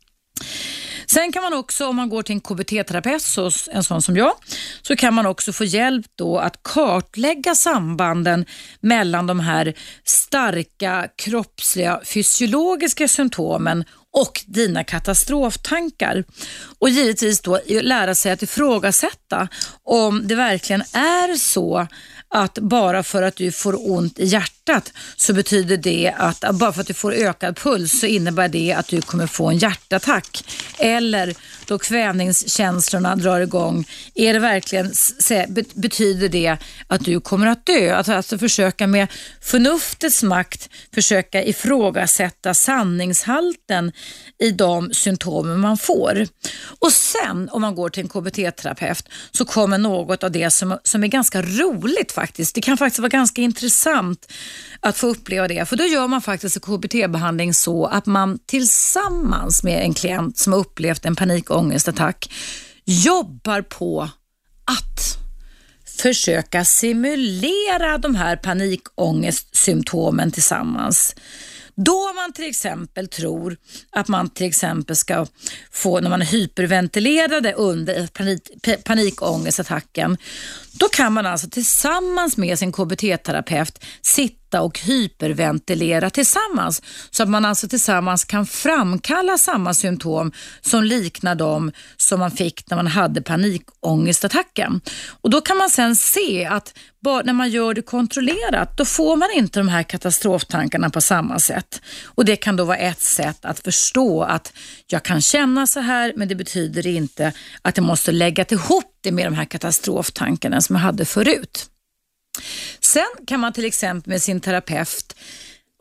Sen kan man också, om man går till en K B T-terapeut, så en sån som jag, så kan man också få hjälp då att kartlägga sambanden mellan de här starka kroppsliga fysiologiska symptomen och dina katastroftankar. Och givetvis då lära sig att ifrågasätta om det verkligen är så att bara för att du får ont i hjärtat så betyder det att bara för att du får ökad puls så innebär det att du kommer få en hjärtattack. Eller då kvävningskänslorna drar igång, är det verkligen, betyder det att du kommer att dö? Att alltså försöka med förnuftets makt försöka ifrågasätta sanningshalten i de symptomen man får. Och sen om man går till en K B T-terapeut så kommer något av det som, som är ganska roligt faktiskt. Det kan faktiskt vara ganska intressant att få uppleva det. För då gör man faktiskt en K B T-behandling så att man tillsammans med en klient som har upplevt en panikångestattack jobbar på att försöka simulera de här panikångestsymptomen tillsammans. Då man till exempel tror att man till exempel ska få, när man är hyperventilerade under panik, panikångestattacken, då kan man alltså tillsammans med sin K B T-terapeut sitta och hyperventilera tillsammans, så att man alltså tillsammans kan framkalla samma symptom som liknar de som man fick när man hade panikångestattacken. Och då kan man sen se att bara när man gör det kontrollerat, då får man inte de här katastroftankarna på samma sätt. Och det kan då vara ett sätt att förstå att jag kan känna så här, men det betyder inte att jag måste lägga ihop det med de här katastroftankarna som jag hade förut. Sen kan man till exempel med sin terapeut,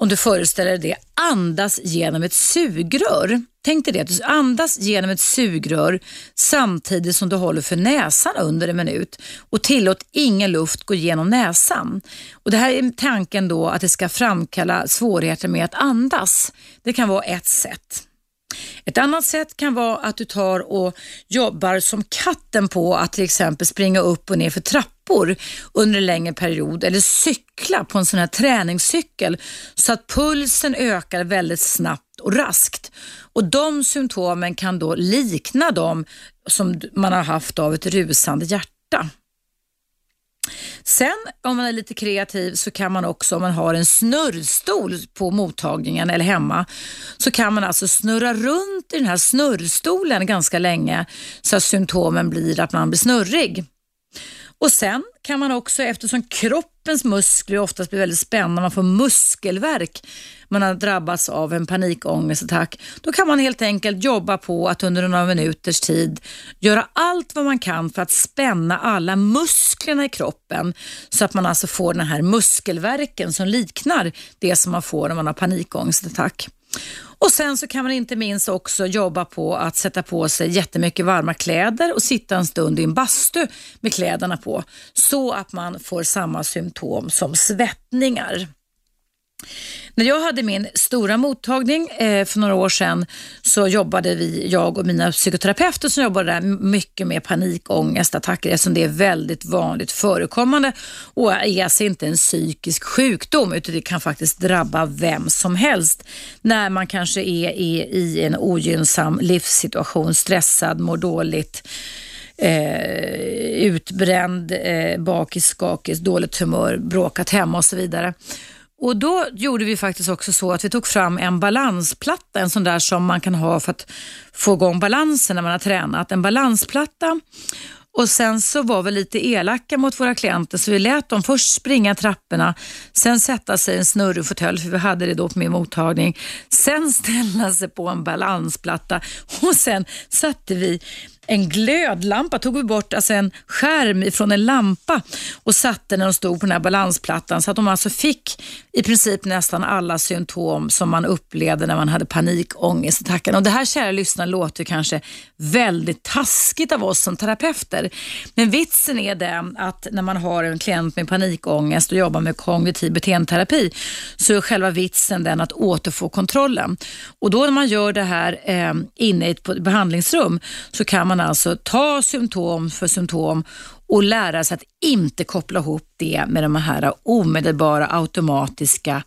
om du föreställer dig det, andas genom ett sugrör. Tänk dig det, att du andas genom ett sugrör samtidigt som du håller för näsan under en minut och tillåt ingen luft gå genom näsan. Och det här är tanken då att det ska framkalla svårigheter med att andas. Det kan vara ett sätt. Ett annat sätt kan vara att du tar och jobbar som katten på att till exempel springa upp och ner för trappor under en längre period eller cykla på en sån här träningscykel så att pulsen ökar väldigt snabbt och raskt. Och de symptomen kan då likna de som man har haft av ett rusande hjärta. Sen om man är lite kreativ så kan man också, om man har en snurrstol på mottagningen eller hemma, så kan man alltså snurra runt i den här snurrstolen ganska länge så att symptomen blir att man blir snurrig. Och sen kan man också, eftersom kroppens muskler oftast blir väldigt spännande, man får muskelvärk, man har drabbats av en panikångestattack, då kan man helt enkelt jobba på att under några minuters tid göra allt vad man kan för att spänna alla musklerna i kroppen så att man alltså får den här muskelvärken som liknar det som man får när man har panikångestattack. Och sen så kan man inte minst också jobba på att sätta på sig jättemycket varma kläder och sitta en stund i en bastu med kläderna på så att man får samma symptom som svettningar. När jag hade min stora mottagning eh, för några år sedan så jobbade vi, jag och mina psykoterapeuter som jobbade där mycket med panikångestattacker eftersom det är väldigt vanligt förekommande och är alltså inte en psykisk sjukdom utan det kan faktiskt drabba vem som helst när man kanske är i, i en ogynnsam livssituation, stressad, mår dåligt, eh, utbränd, eh, bakis, skakis, dåligt humör, bråkat hemma och så vidare. Och då gjorde vi faktiskt också så att vi tog fram en balansplatta, en sån där som man kan ha för att få igång balansen när man har tränat. En balansplatta. Och sen så var vi lite elaka mot våra klienter så vi lät dem först springa trapporna, sen sätta sig i en snurrig fåtölj, för vi hade det då på min mottagning. Sen ställa sig på en balansplatta och sen satte vi en glödlampa, tog vi bort alltså en skärm ifrån en lampa och satte när de stod på den här balansplattan så att de alltså fick i princip nästan alla symptom som man upplevde när man hade panikångestattacken. Och det här, kära lyssnare, låter kanske väldigt taskigt av oss som terapeuter. Men vitsen är det att när man har en klient med panikångest och jobbar med kognitiv beteendeterapi så är själva vitsen den att återfå kontrollen. Och då när man gör det här eh, inne i ett behandlingsrum så kan man alltså ta symptom för symptom och lära sig att inte koppla ihop det med de här omedelbara automatiska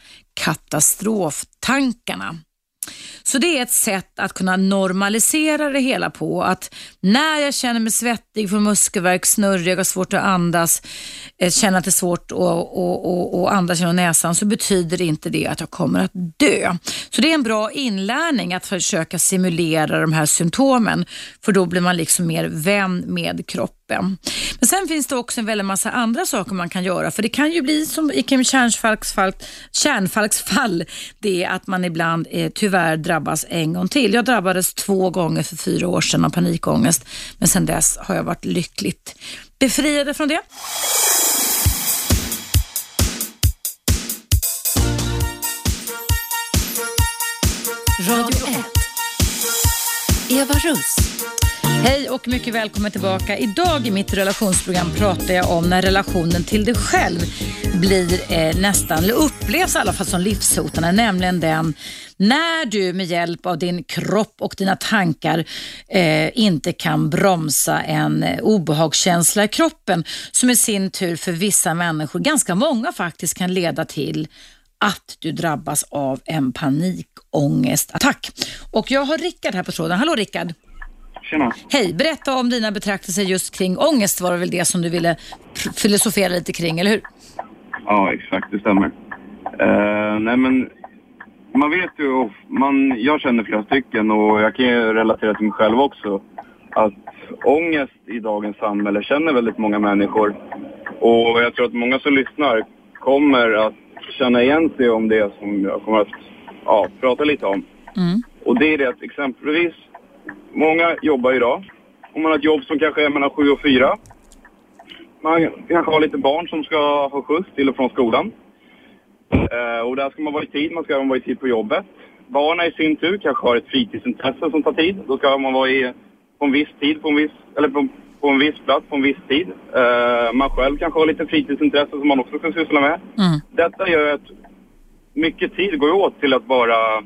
katastroftankarna. Så det är ett sätt att kunna normalisera det hela på, att när jag känner mig svettig, får muskelvärk, snurrig, har svårt att andas, känner att det är svårt att, att, att, att andas genom näsan, så betyder inte det att jag kommer att dö. Så det är en bra inlärning att försöka simulera de här symptomen, för då blir man liksom mer vän med kroppen. Men sen finns det också en väldigt massa andra saker man kan göra, för det kan ju bli som i Kim Kärnfalks fall, Kärnfalks fall, det är att man ibland eh, tyvärr drabbas en gång till. Jag drabbades två gånger för fyra år sedan av panikångest, men sen dess har jag varit lyckligt befriade från det. Radio ett. Eva Russ. Hej och mycket välkommen tillbaka. Idag i mitt relationsprogram pratar jag om när relationen till dig själv blir eh, nästan, eller upplevs i alla fall som livshotande, nämligen den när du med hjälp av din kropp och dina tankar eh, inte kan bromsa en eh, obehagskänsla i kroppen som i sin tur för vissa människor, ganska många faktiskt, kan leda till att du drabbas av en panikångestattack. Och jag har Rickard här på tråden. Hallå Rickard. Tjena. Hej, berätta om dina betraktelser just kring ångest. Var det väl det som du ville filosofera lite kring, eller hur? Ja, exakt, det stämmer. Uh, nej men, man vet ju, man, jag känner flera stycken och jag kan ju relatera till mig själv också, att ångest i dagens samhälle känner väldigt många människor. Och jag tror att många som lyssnar kommer att känna igen sig om det som jag kommer att ja, prata lite om. Mm. Och det är det att exempelvis många jobbar idag. Om man har ett jobb som kanske är mellan sju och fyra. Man kanske har lite barn som ska ha skjuts till och från skolan. Eh, och där ska man vara i tid, man ska vara i tid på jobbet. Barnen i sin tur kanske har ett fritidsintresse som tar tid. Då ska man vara i, på en viss tid, på en viss, eller på, på en viss plats, på en viss tid. Eh, man själv kanske har lite fritidsintresse som man också ska syssla med. Mm. Detta gör att mycket tid går åt till att bara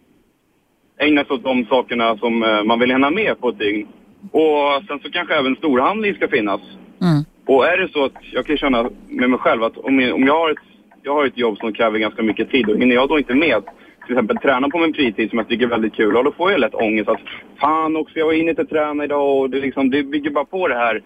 ägna sig åt de sakerna som eh, man vill hinna med på ett dygn. Och sen så kanske även storhandling ska finnas. Mm. Och är det så att jag kan känna med mig själv att om jag, om jag har ett jag har ett jobb som kräver ganska mycket tid och hinner jag då inte med till exempel träna på min fritid som jag tycker är väldigt kul, och då får jag lätt ångest att fan också, jag var inne till träna idag, och det, liksom, det bygger bara på det här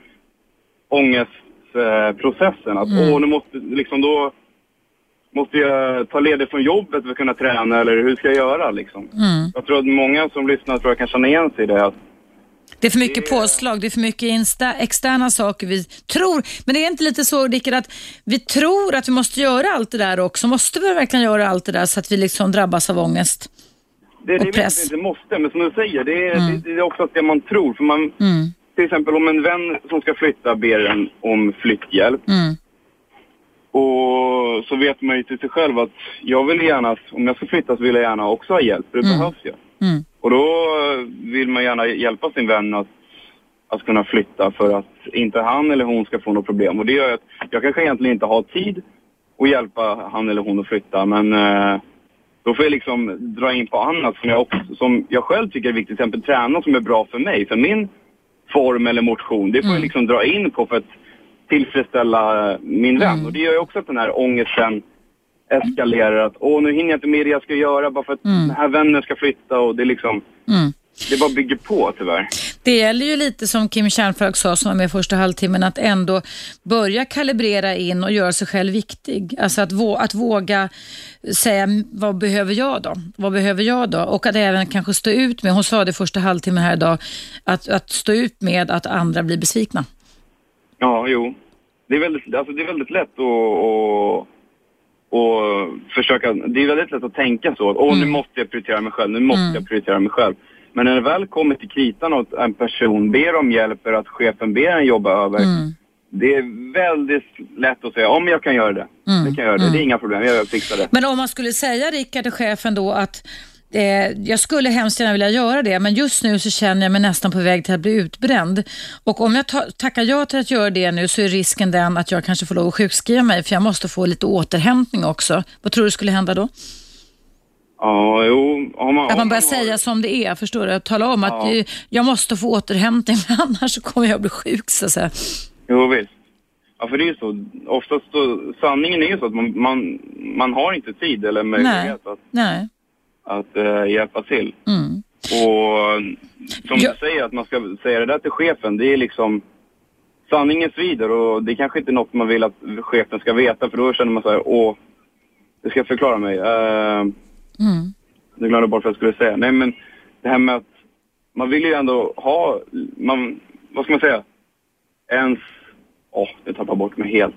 ångestprocessen att Mm. åh, nu måste liksom då måste jag ta ledigt från jobbet för att kunna träna, eller hur ska jag göra liksom. Mm. Jag tror att många som lyssnar tror jag kan känna igen sig i det, att Det är för mycket Det- påslag, det är för mycket insta- externa saker vi tror. Men det är inte lite så, Rickard, att vi tror att vi måste göra allt det där också. Måste vi verkligen göra allt det där så att vi liksom drabbas av ångest? det, det Och är press. inte måste, men som du säger, det är, Mm. det, det är också det man tror. För man, Mm. till exempel om en vän som ska flytta ber en om flytthjälp, Mm. och så vet man ju till sig själv att jag vill gärna, om jag ska flytta så vill jag gärna också ha hjälp, för det Mm. behövs ju. Mm. Och då vill man gärna hjälpa sin vän att, att kunna flytta för att inte han eller hon ska få något problem. Och det gör att jag kanske egentligen inte har tid att hjälpa han eller hon att flytta, men eh, då får jag liksom dra in på annat som jag, också, som jag själv tycker är viktigt, till exempel träna som är bra för mig, för min form eller motion. Det får Mm. jag liksom dra in på för att tillfredsställa min vän. Mm. Och det gör ju också att den här ångesten eskalerar, att åh, nu hinner jag inte med det jag ska göra bara för att Mm. den här vännen ska flytta, och det liksom Mm. det bara bygger på tyvärr. Det gäller ju lite som Kim Kärnfalk sa som var med första halvtimmen, att ändå börja kalibrera in och göra sig själv viktig. Alltså att, vå- att våga säga, vad behöver jag då? Vad behöver jag då? Och att även kanske stå ut med, hon sa det första halvtimmen här idag, att, att stå ut med att andra blir besvikna. Ja, jo. Det är väldigt, alltså det är väldigt lätt att, att, att försöka, det är väldigt lätt att tänka så. Åh, nu Mm. måste jag prioritera mig själv, nu måste Mm. jag prioritera mig själv. Men när det väl kommer till kritan och en person ber om hjälp eller att chefen ber en jobba över, Mm. det är väldigt lätt att säga, om jag kan göra det. Mm. Det kan jag göra det, Mm. det är inga problem, jag fixar det. Men om man skulle säga, Rickard, till chefen då att eh, jag skulle hemskt gärna vilja göra det, men just nu så känner jag mig nästan på väg till att bli utbränd. Och om jag ta- tackar ja till att göra det nu, så är risken den att jag kanske får lov att sjukskriva mig, för jag måste få lite återhämtning också. Vad tror du skulle hända då? Ja, jo. Om man, Att om man börjar har- säga som det är, förstår du? Att tala om att Ja. eh, jag måste få återhämtning, för annars så kommer jag bli sjuk, så att säga. Jo, visst. Ja, för det är ju så. Oftast så, sanningen är ju så att man, man, man har inte tid eller möjlighet att, Nej. att uh, hjälpa till. Mm. Och som Ja. du säger, att man ska säga det där till chefen, det är liksom sanningen svider, och det är kanske inte är något man vill att chefen ska veta, för då känner man så här, åh, det ska jag förklara mig. Uh, Mm. nu glömde jag bort vad jag skulle säga. Nej, men det här med att man vill ju ändå ha, man, vad ska man säga, ens, åh, det tappar bort mig helt.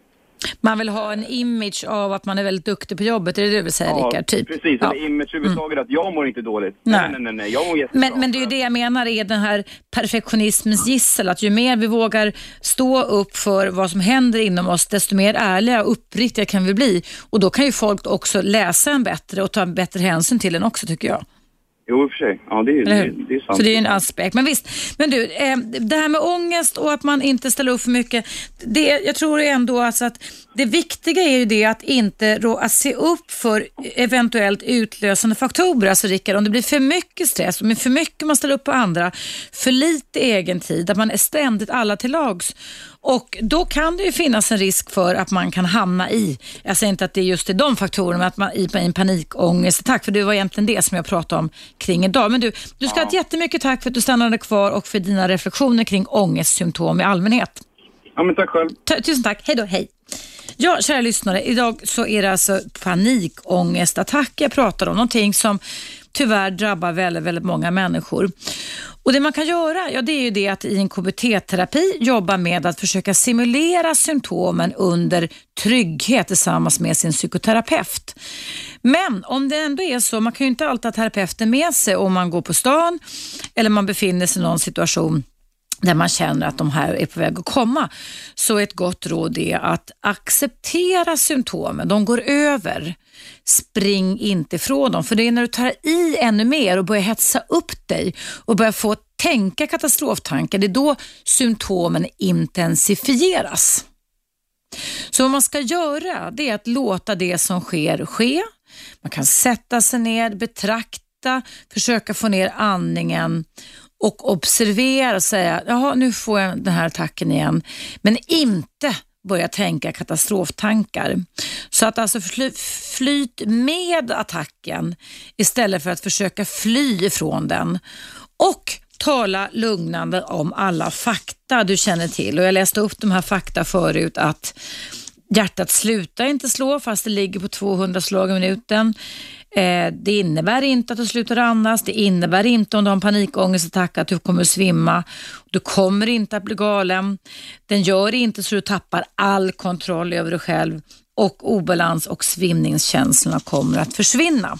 Man vill ha en image av att man är väldigt duktig på jobbet, är det det du vill säga, Rickard? Typ. precis. Ja. Eller image överhuvudtaget, att jag mår inte dåligt. Nej. Nej, nej, nej, nej. Jag mår jättebra. Men, men det är ju det jag menar, är den här perfektionismens gissel, att ju mer vi vågar stå upp för vad som händer inom oss, desto mer ärliga och uppriktiga kan vi bli. Och då kan ju folk också läsa en bättre och ta en bättre hänsyn till den också, tycker jag. Jo, i och för sig. Ja, det är, Eller det, hur? det är sant. Så det är ju en aspekt. Men visst, men du, eh, det här med ångest och att man inte ställer upp för mycket, det, jag tror ändå alltså att det viktiga är ju det att inte då, att se upp för eventuellt utlösande faktorer. Alltså Rickard, om det blir för mycket stress, om det är för mycket man ställer upp på andra, för lite egen tid, att man är ständigt alla till lags. Och då kan det ju finnas en risk för att man kan hamna i, jag säger inte att det är just i de faktorerna, men att man i en panikångestattack, för det var egentligen det som jag pratade om kring idag. Men du, du ska ha ett jättemycket tack för att du stannade kvar och för dina reflektioner kring ångestsymptom i allmänhet. Ja, men tack själv. Ta- tusen tack, hej då, hej. Ja, kära lyssnare, idag så är det alltså panikångestattack jag pratar om, någonting som tyvärr drabbar väldigt, väldigt många människor. Och det man kan göra, ja, det är ju det att i en K B T-terapi jobba med att försöka simulera symptomen under trygghet tillsammans med sin psykoterapeut. Men om det ändå är så, man kan ju inte alltid ha terapeuten med sig om man går på stan eller man befinner sig i någon situation där man känner att de här är på väg att komma, så ett gott råd är att acceptera symptomen. De går över. Spring inte ifrån dem, för det är när du tar i ännu mer och börjar hetsa upp dig och börjar få tänka katastroftankar, det är då symptomen intensifieras. Så vad man ska göra, det är att låta det som sker ske. Man kan sätta sig ner, betrakta, försöka få ner andningen och observera och säga, jaha, nu får jag den här attacken igen. Men inte börja tänka katastroftankar. Så att alltså fly, flyt med attacken istället för att försöka fly ifrån den. Och tala lugnande om alla fakta du känner till. Och jag läste upp de här fakta förut, att hjärtat slutar inte slå fast det ligger på tvåhundra slag i minuten. Eh, det innebär inte att du slutar andas. Det innebär inte, om du har en panikångestattack, att du kommer att svimma. Du kommer inte att bli galen. Den gör inte så du tappar all kontroll över dig själv. Och obalans och svimningskänslorna kommer att försvinna.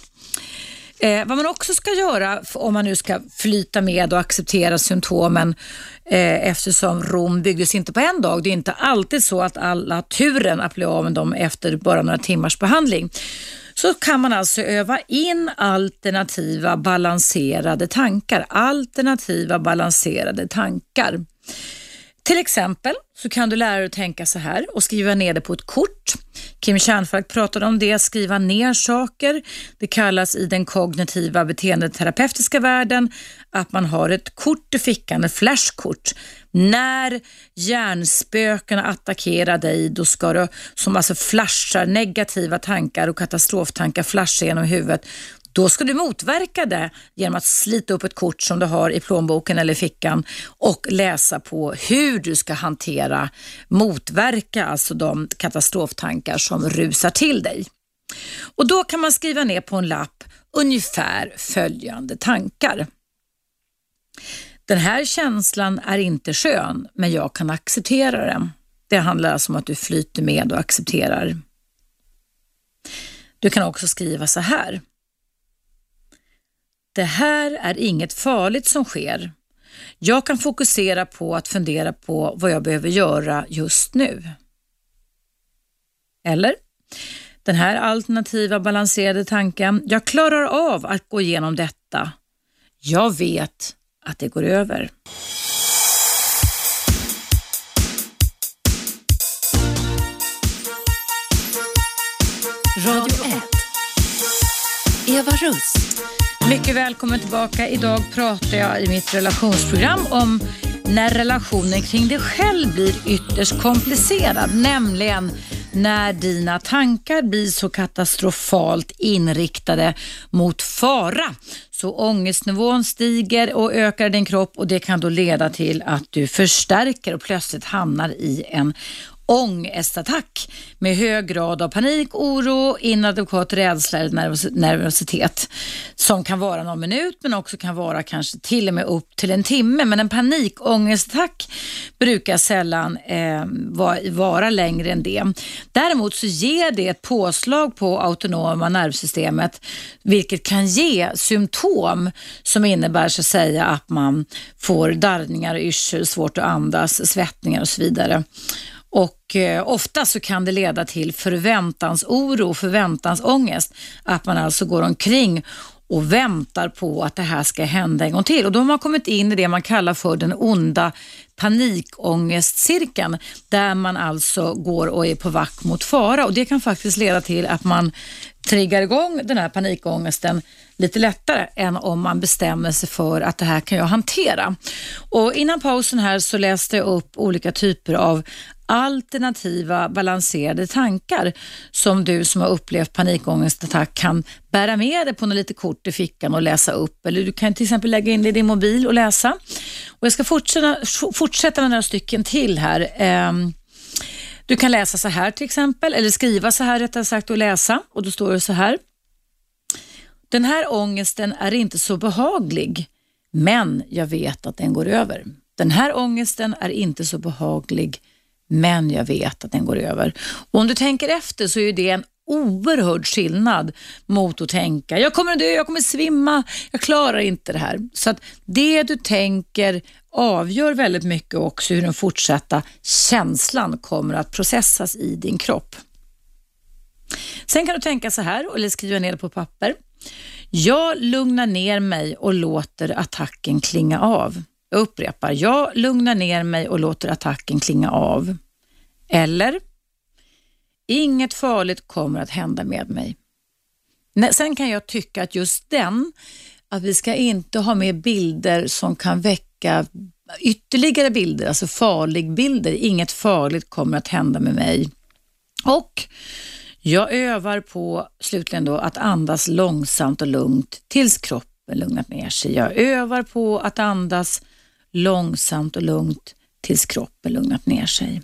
Eh, vad man också ska göra om man nu ska flyta med och acceptera symptomen, eh, eftersom Rom byggdes inte på en dag. Det är inte alltid så att alla turen att bli av med dem efter bara några timmars behandling. Så kan man alltså öva in alternativa balanserade tankar. Alternativa balanserade tankar. Till exempel så kan du lära dig att tänka så här och skriva ner det på ett kort. Kim Kärnfalk pratade om det, skriva ner saker. Det kallas i den kognitiva beteendeterapeutiska världen att man har ett kort i fickan, ett flashkort. När hjärnspökena attackerar dig, då ska du, som alltså flashar negativa tankar och katastroftankar flashar genom huvudet, då ska du motverka det genom att slita upp ett kort som du har i plånboken eller fickan och läsa på hur du ska hantera, motverka alltså de katastroftankar som rusar till dig. Och då kan man skriva ner på en lapp ungefär följande tankar. Den här känslan är inte skön, men jag kan acceptera den. Det handlar alltså om att du flyter med och accepterar. Du kan också skriva så här. Det här är inget farligt som sker. Jag kan fokusera på att fundera på vad jag behöver göra just nu. Eller? Den här alternativa balanserade tanken. Jag klarar av att gå igenom detta. Jag vet att det går över. Radio ett. Eva Russ. Mycket välkommen tillbaka. Idag pratar jag i mitt relationsprogram om när relationen kring dig själv blir ytterst komplicerad. Nämligen när dina tankar blir så katastrofalt inriktade mot fara. Så ångestnivån stiger och ökar din kropp, och det kan då leda till att du förstärker och plötsligt hamnar i en ångestattack med hög grad av panik, oro, inadekvat rädsla eller nervos- nervositet som kan vara någon minut men också kan vara kanske till och med upp till en timme. Men en panikångestattack brukar sällan eh, vara, vara längre än det. Däremot så ger det ett påslag på autonoma nervsystemet, vilket kan ge symptom som innebär så att säga att man får darrningar, yrsel, svårt att andas, svettningar och så vidare. Och eh, ofta så kan det leda till förväntansoro, förväntansångest. Att man alltså går omkring och väntar på att det här ska hända en gång till. Och då har man kommit in i det man kallar för den onda panikångestcirkeln. Där man alltså går och är på vakt mot fara. Och det kan faktiskt leda till att man triggar igång den här panikångesten lite lättare än om man bestämmer sig för att det här kan jag hantera. Och innan pausen här så läste jag upp olika typer av alternativa balanserade tankar som du som har upplevt panikångestattack kan bära med dig på något lite kort i fickan och läsa upp. Eller du kan till exempel lägga in det i din mobil och läsa. Och jag ska fortsätta, fortsätta med några stycken till här. Du kan läsa så här till exempel, eller skriva så här rättare sagt och läsa. Och då står det så här. Den här ångesten är inte så behaglig, men jag vet att den går över. Den här ångesten är inte så behaglig, men jag vet att den går över. Och om du tänker efter så är det en oerhörd skillnad mot att tänka jag kommer att dö, jag kommer att svimma, jag klarar inte det här. Så att det du tänker avgör väldigt mycket också hur den fortsatta känslan kommer att processas i din kropp. Sen kan du tänka så här, eller skriva ner det på papper. Jag lugnar ner mig och låter attacken klinga av. Jag upprepar, jag lugnar ner mig och låter attacken klinga av. Eller, inget farligt kommer att hända med mig. Sen kan jag tycka att just den, att vi ska inte ha med bilder som kan väcka ytterligare bilder, alltså farligbilder. Inget farligt kommer att hända med mig. Och jag övar på slutligen då att andas långsamt och lugnt tills kroppen lugnat ner sig. Jag övar på att andas långsamt och lugnt tills kroppen lugnat ner sig.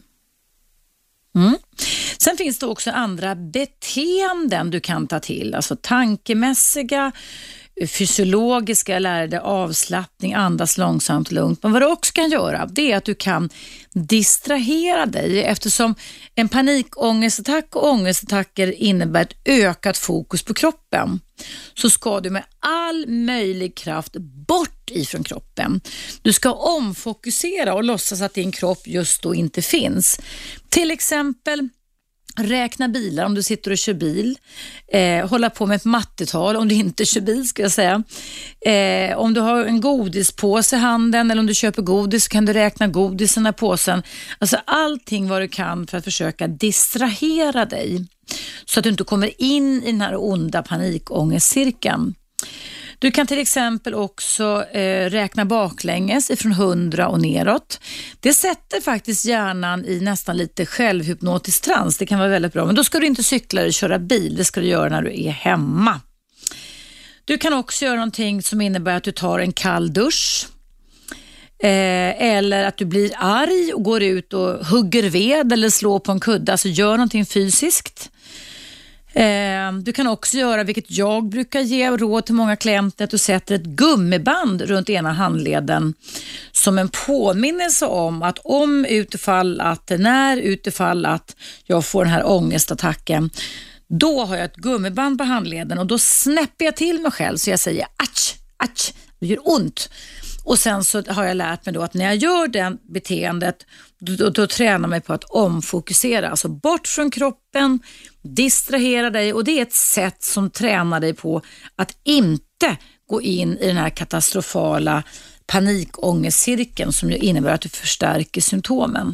Mm. Sen finns det också andra beteenden du kan ta till, alltså tankemässiga, fysiologiska, lärde avslappning, andas långsamt och lugnt. Men vad du också kan göra, det är att du kan distrahera dig, eftersom en panikångestattack och ångestattacker innebär ett ökat fokus på kroppen. Så ska du med all möjlig kraft bort ifrån kroppen. Du ska omfokusera och låtsas att din kropp just då inte finns. Till exempel räkna bilar om du sitter och kör bil. Eh, hålla på med ett mattetal om du inte kör bil, ska jag säga. Eh, om du har en godispåse i handen eller om du köper godis så kan du räkna godisen i påsen. Alltså allting vad du kan för att försöka distrahera dig så att du inte kommer in i den här onda panikångestcirkeln. Du kan till exempel också eh, räkna baklänges ifrån hundra och neråt. Det sätter faktiskt hjärnan i nästan lite självhypnotisk trans. Det kan vara väldigt bra, men då ska du inte cykla eller köra bil. Det ska du göra när du är hemma. Du kan också göra någonting som innebär att du tar en kall dusch. Eh, eller att du blir arg och går ut och hugger ved eller slår på en kudde. Alltså gör någonting fysiskt. Eh, du kan också göra, vilket jag brukar ge råd till många klienter, att du sätter ett gummiband runt ena handleden som en påminnelse om att om utifall att, när utifall att jag får den här ångestattacken, då har jag ett gummiband på handleden och då snäpper jag till mig själv så jag säger atch, atch, det gör ont. Och sen så har jag lärt mig då att när jag gör det beteendet då, då, då tränar jag mig på att omfokusera, alltså bort från kroppen, distrahera dig, och det är ett sätt som tränar dig på att inte gå in i den här katastrofala panikångestcirkeln som ju innebär att du förstärker symptomen.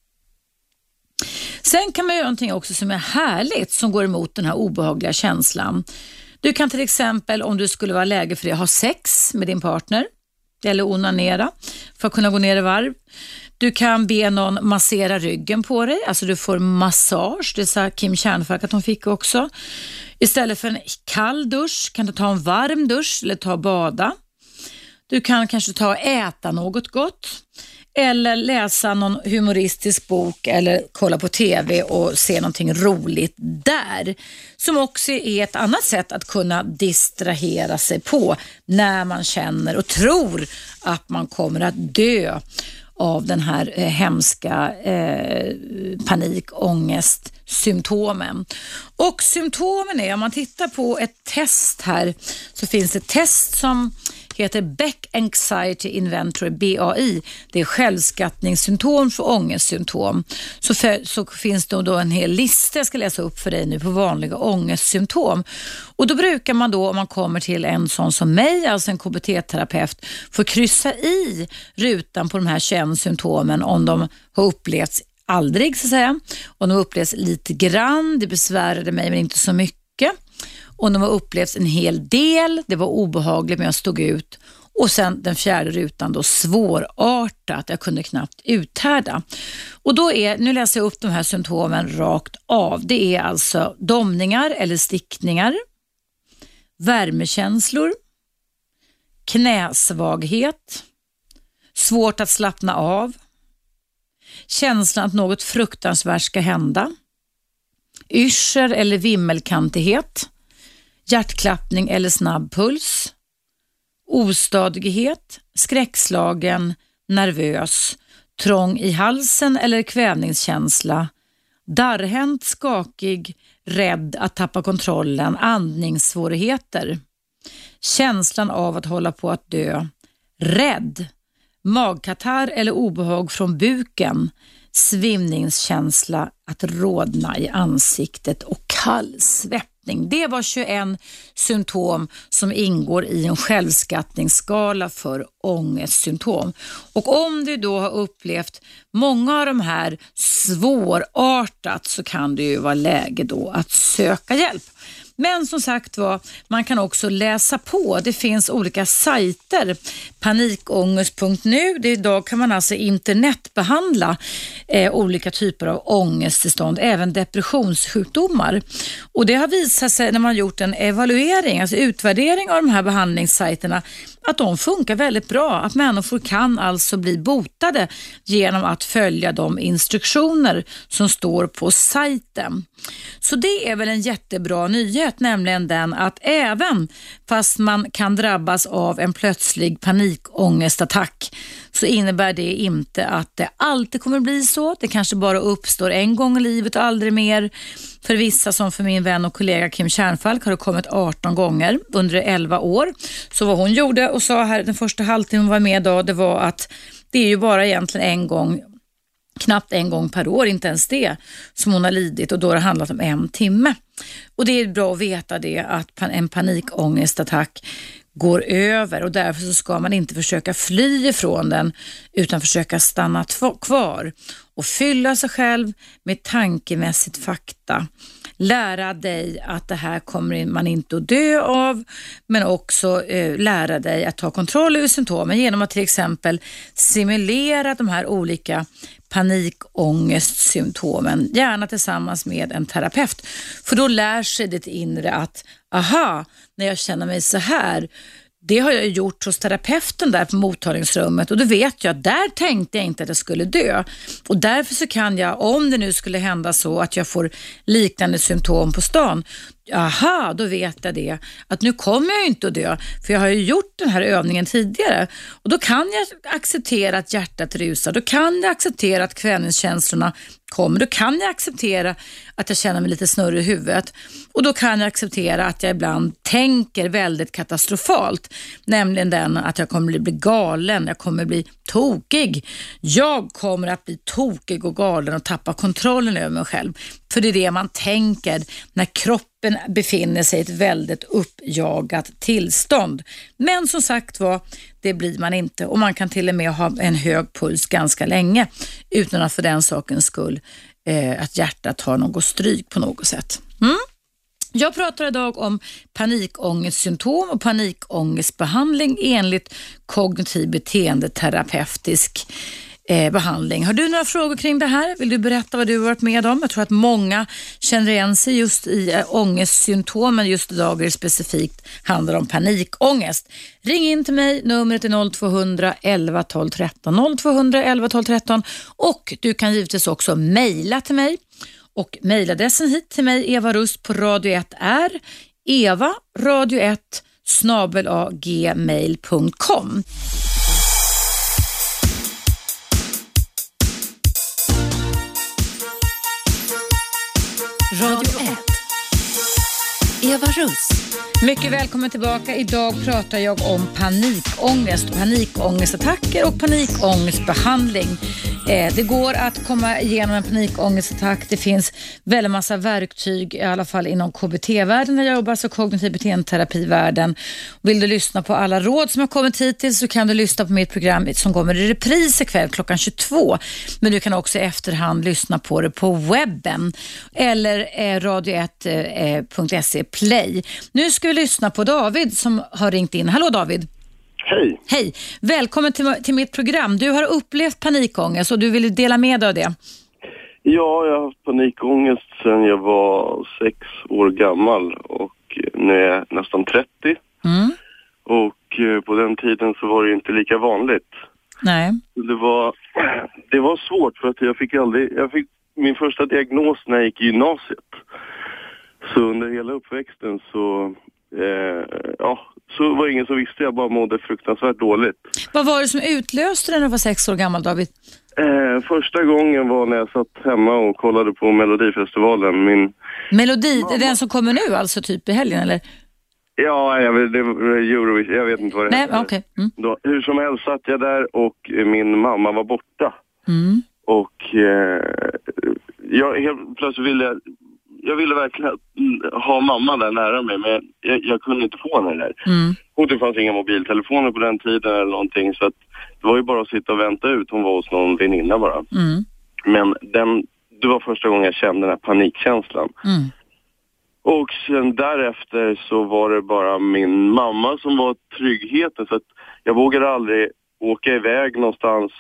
Sen kan man göra någonting också som är härligt som går emot den här obehagliga känslan. Du kan till exempel, om du skulle vara läge för det, ha sex med din partner eller onanera för att kunna gå ner i varv. Du kan be någon massera ryggen på dig, alltså du får massage, det sa Kim Kärnfalk att hon fick också. Istället för en kall dusch kan du ta en varm dusch eller ta och bada. Du kan kanske ta och äta något gott eller läsa någon humoristisk bok eller kolla på tv och se någonting roligt där, som också är ett annat sätt att kunna distrahera sig på när man känner och tror att man kommer att dö av den här eh, hemska eh, panikångestsymptomen. Och symptomen är, om man tittar på ett test här, så finns det ett test som heter Beck Anxiety Inventory, B A I. Det är självskattningssymptom för ångestsymptom. Så, för, så finns det då en hel lista jag ska läsa upp för dig nu på vanliga ångestsymptom. Och då brukar man då, om man kommer till en sån som mig, alltså en K B T-terapeut, få kryssa i rutan på de här tjugoett symptomen om de har upplevts aldrig, så att säga. Om de har upplevts lite grann, det besvärade mig men inte så mycket. Och de har upplevts en hel del, det var obehagligt men jag stod ut. Och sen den fjärde rutan då, svårartat, jag kunde knappt uthärda. Och då är, nu läser jag upp de här symptomen rakt av. Det är alltså domningar eller stickningar, värmekänslor, knäsvaghet, svårt att slappna av, känslan att något fruktansvärt ska hända, yrsel eller vimmelkantighet, hjärtklappning eller snabb puls, ostadighet, skräckslagen, nervös, trång i halsen eller kvävningskänsla, darrhänt, skakig, rädd att tappa kontrollen, andningssvårigheter, känslan av att hålla på att dö, rädd, magkatarr eller obehag från buken, svimningskänsla, att rodna i ansiktet och kallsvettning. Det var tjugoett symptom som ingår i en självskattningsskala för ångestsymptom. Och om du då har upplevt många av de här svårartat så kan det ju vara läge då att söka hjälp. Men som sagt var, man kan också läsa på. Det finns olika sajter. Panikångest punkt nu. Det idag kan man alltså internetbehandla eh, olika typer av ångesttillstånd, även depressionssjukdomar. Och det har visat sig när man har gjort en evaluering, alltså utvärdering av de här behandlingssajterna, att de funkar väldigt bra. Att människor kan alltså bli botade genom att följa de instruktioner som står på sajten. Så det är väl en jättebra nyhet, nämligen den att även fast man kan drabbas av en plötslig panikångestattack så innebär det inte att det alltid kommer bli så. Det kanske bara uppstår en gång i livet och aldrig mer. För vissa, som för min vän och kollega Kim Kärnfalk, har det kommit arton gånger under elva år. Så vad hon gjorde och sa här den första halvtimmen hon var med då, det var att det är ju bara egentligen en gång, knappt en gång per år, inte ens det, som hon har lidit, och då har det handlat om en timme. Och det är bra att veta det, att en panikångestattack går över, och därför så ska man inte försöka fly ifrån den utan försöka stanna kvar och fylla sig själv med tankemässigt fakta. Lära dig att det här kommer man inte att dö av, men också eh, lära dig att ta kontroll över symptomen genom att till exempel simulera de här olika panikångestsymptomen, gärna tillsammans med en terapeut. För då lär sig ditt inre att, aha, när jag känner mig så här, det har jag gjort hos terapeuten där på mottagningsrummet, och då vet jag att där tänkte jag inte att jag skulle dö. Och därför så kan jag, om det nu skulle hända så att jag får liknande symptom på stan, aha, då vet jag det, att nu kommer jag inte att dö, för jag har ju gjort den här övningen tidigare, och då kan jag acceptera att hjärtat rusar, då kan jag acceptera att kvällningskänslorna kommer, då kan jag acceptera att jag känner mig lite snurrig i huvudet, och då kan jag acceptera att jag ibland tänker väldigt katastrofalt, nämligen den att jag kommer bli galen, jag kommer bli tokig, jag kommer att bli tokig och galen och tappa kontrollen över mig själv, för det är det man tänker när kroppen befinner sig i ett väldigt uppjagat tillstånd. Men som sagt var, det blir man inte, och man kan till och med ha en hög puls ganska länge utan att för den sakens skull eh, att hjärtat har något stryk på något sätt. Mm? Jag pratar idag om panikångestsymptom och panikångestbehandling enligt kognitiv beteendeterapeutisk eh, behandling. Har du några frågor kring det här? Vill du berätta vad du har varit med om? Jag tror att många känner igen sig just i eh, ångestsymptomen. Just idag är det specifikt handlar om panikångest. Ring in till mig, numret är noll tvåhundra elva tolv tretton, noll tvåhundra elva tolv tretton, och du kan givetvis också mejla till mig. Och mejladressen hit till mig, Eva Rust på radio ett, är eva radio ett snabel a gmail punkt com. Radio ett. Eva Rust. Mycket välkommen tillbaka. Idag pratar jag om panikångest, panikångestattacker och panikångestbehandling. Eh, det går att komma igenom en panikångestattack. Det finns väldigt massa verktyg, i alla fall inom K B T-världen där jag jobbar, så kognitiv beteendeterapivärlden. Vill du lyssna på alla råd som har kommit hittills så kan du lyssna på mitt program som kommer i repris ikväll klockan tjugotvå. Men du kan också i efterhand lyssna på det på webben eller eh, radio ett punkt se play. Nu ska vi lyssna på David som har ringt in. Hallå David. Hej. Hej. Välkommen till, till mitt program. Du har upplevt panikångest och du vill dela med dig av det. Ja, jag har haft panikångest sedan jag var sex år gammal och nu är jag nästan trettio. Mm. Och eh, på den tiden så var det inte lika vanligt. Nej. Det var, det var svårt för att jag fick aldrig, jag fick min första diagnos när jag gick i gymnasiet. Så under hela uppväxten så, eh, ja, så var det ingen som visste, jag bara mådde fruktansvärt dåligt. Vad var det som utlöste när du var sex år gammal, David? Eh, första gången var när jag satt hemma och kollade på Melodifestivalen. Min Melodi, mamma. Den som kommer nu alltså typ i helgen eller? Ja, jag vet, det var Eurovision, jag vet inte vad det Nej, heter. okej. Mm. Då, hur som helst satt jag där och min mamma var borta. Mm. Och eh, jag helt plötsligt ville jag ville verkligen ha mamma där nära mig, men jag, jag kunde inte få henne där. Mm. Och det fanns inga mobiltelefoner på den tiden eller någonting, så att det var ju bara att sitta och vänta ut. Hon var hos någon väninna bara. Mm. Men den, det var första gången jag kände den här panikkänslan. Mm. Och sen därefter så var det bara min mamma som var tryggheten, så att jag vågade aldrig åka iväg någonstans,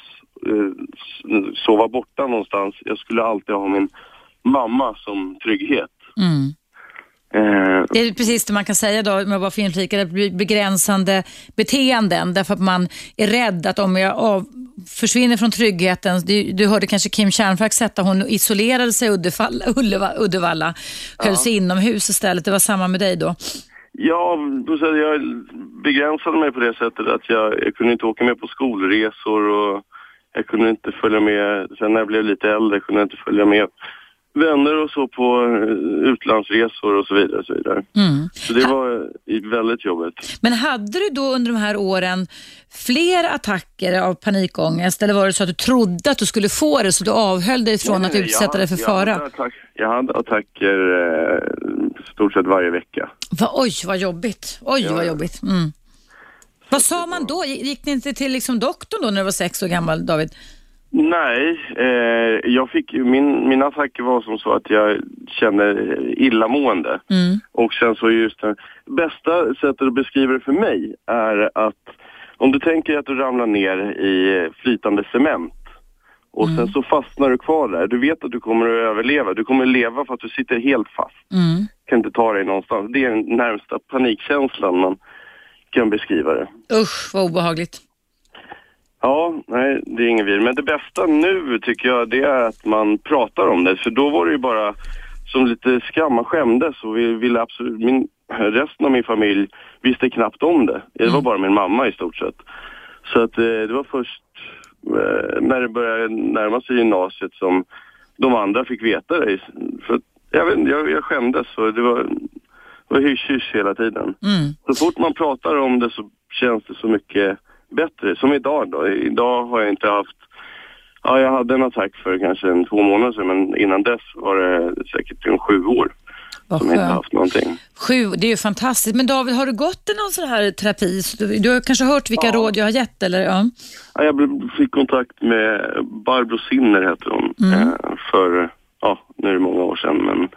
eh, sova borta någonstans. Jag skulle alltid ha min mamma som trygghet. Mm. Eh, Det är precis det man kan säga då, om jag bara får inflika, det blir begränsande beteenden därför att man är rädd att om jag av, försvinner från tryggheten, du, du hörde kanske Kim Kärnfalk sätta, hon isolerade sig i Uddevalla, Uddevalla, Uddevalla höll sig inomhus istället, det var samma med dig då? Ja, jag begränsade mig på det sättet att jag, jag kunde inte åka med på skolresor och jag kunde inte följa med, sen när jag blev lite äldre kunde jag inte följa med vänner och så på utlandsresor och så vidare. Och så vidare. Mm. Så det var väldigt jobbigt. Men hade du då under de här åren fler attacker av panikångest, eller var det så att du trodde att du skulle få det så du avhöll dig från nej, att nej, utsätta jag, dig för fara? Jag hade, attack, jag hade attacker eh, stort sett varje vecka. Va, oj, vad jobbigt. Oj, ja, vad jobbigt. Mm. Vad sa man då? Gick ni inte till liksom doktorn då när du var sex år gammal, David? Nej, eh, jag fick, min, min attacker var som så att jag kände illamående. Mm. Och sen så just det bästa sättet att beskriva det för mig är att om du tänker att du ramlar ner i flytande cement och mm. sen så fastnar du kvar där. Du vet att du kommer att överleva. Du kommer att leva för att du sitter helt fast. Mm. Kan inte ta dig någonstans. Det är den närmsta panikkänslan man kan beskriva det. Usch, vad obehagligt. Ja, nej, det är ingen vir. Men det bästa nu tycker jag det är att man pratar om det. För då var det ju bara som lite skam, man skämdes och vi ville absolut, min, resten av min familj visste knappt om det. Det var bara min mamma i stort sett. Så att eh, det var först eh, när det började närma sig gymnasiet som de andra fick veta det. För jag vet inte, jag, jag skämdes så det var, det var hysch-hysch hela tiden. Mm. Så fort man pratar om det så känns det så mycket bättre. Som idag då. Idag har jag inte haft... Ja, jag hade en attack för kanske en två månader sedan, men innan dess var det säkert en sju år vad som skönt. jag inte haft någonting. Sju, det är ju fantastiskt. Men David, har du gått i någon sån här terapi? Du, du har kanske hört vilka ja. råd jag har gett, eller? Ja, ja jag fick kontakt med Barbro Sinner, heter hon. Mm. För, ja, nu är det många år sedan, men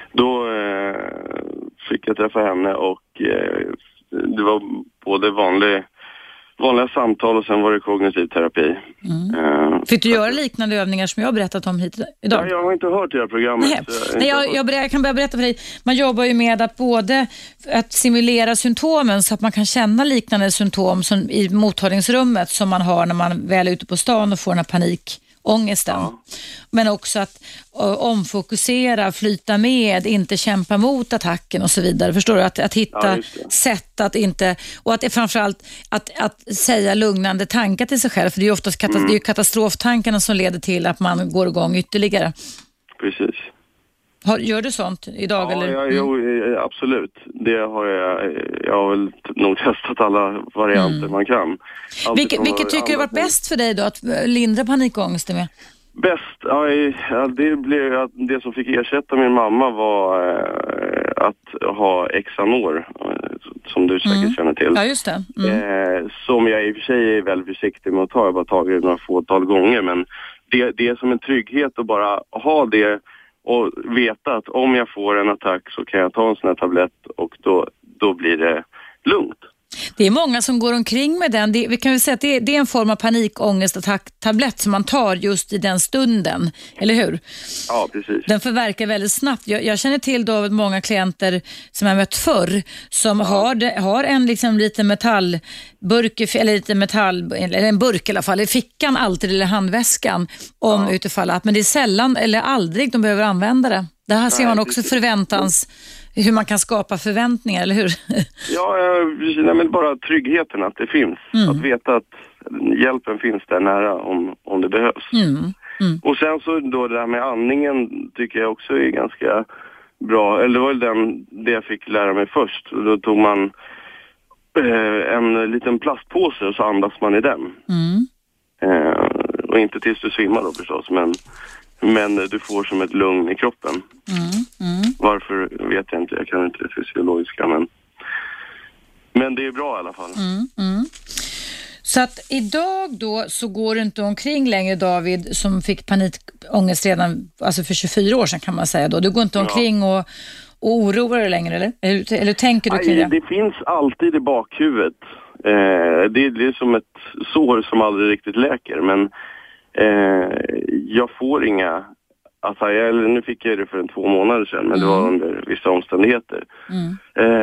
då eh, fick jag träffa henne och eh, det var både vanlig vanliga samtal och sen var det kognitiv terapi. Mm. Uh, Fick du göra liknande övningar som jag har berättat om hit idag? Ja, jag har inte hört det här programmet. Nej, jag, Nej, jag, jag, jag kan bara berätta för dig. Man jobbar ju med att både att simulera symptomen så att man kan känna liknande symptom som i mottagningsrummet som man har när man väl är ute på stan och får den här panikångesten. Ja. Men också att uh, omfokusera, flyta med, inte kämpa mot attacken och så vidare. Förstår du? Att, att hitta ja, sätt att inte... Och att framförallt att, att säga lugnande tankar till sig själv. För det är ju oftast katas- mm. det är ju katastroftankarna som leder till att man går igång ytterligare. Precis. Har, gör du sånt idag? Ja, eller? Ja, jo, absolut. Det har jag. Jag har väl nog testat alla varianter mm. man kan. Vilket, vilket tycker du har varit bäst för dig då? Att lindra panikångesten med? Bäst, ja, det blev det som fick ersätta min mamma var eh, att ha Xanor, som du säkert mm. känner till. Ja, just det. Mm. Eh, som jag i och för sig är väldigt försiktig med att ta. Jag har bara tagit det några fåtal gånger, men det, det är som en trygghet att bara ha det och veta att om jag får en attack så kan jag ta en sån här tablett och då, då blir det lugnt. Det är många som går omkring med den. Det, vi kan väl säga att det är, det är en form av panikångestattack-tablett som man tar just i den stunden, eller hur? Ja, precis. Den förverkar väldigt snabbt. Jag, jag känner till då många klienter som jag mött förr som ja. har, har en liksom liten metallburk, eller lite metall, eller en burk i alla fall, i fickan alltid eller handväskan om ja. utifall att, men det är sällan eller aldrig de behöver använda det. Där här ser man också förväntans, hur man kan skapa förväntningar, eller hur? Ja, jag, men bara tryggheten att det finns. Mm. Att veta att hjälpen finns där nära om, om det behövs. Mm. Mm. Och sen så då det där med andningen tycker jag också är ganska bra. Eller det var den, det jag fick lära mig först. Då tog man eh, en liten plastpåse och så andas man i den. Mm. Eh, och inte tills du svimmar då förstås, men, men du får som ett lugn i kroppen. Mm. Mm. Varför vet jag inte, jag kan inte det fysiologiska, men, men det är bra i alla fall. Mm. Mm. Så att idag då så går du inte omkring längre, David, som fick panikångest redan alltså för tjugofyra år sedan kan man säga då. Du går inte omkring och, och oroar dig längre, eller? Eller, eller tänker du kring det? Det finns alltid i bakhuvudet. Eh, det, det är som ett sår som aldrig riktigt läker, men eh, jag får inga... Alltså, jag, nu fick jag det för en två månader sedan, men mm. det var under vissa omständigheter. Mm.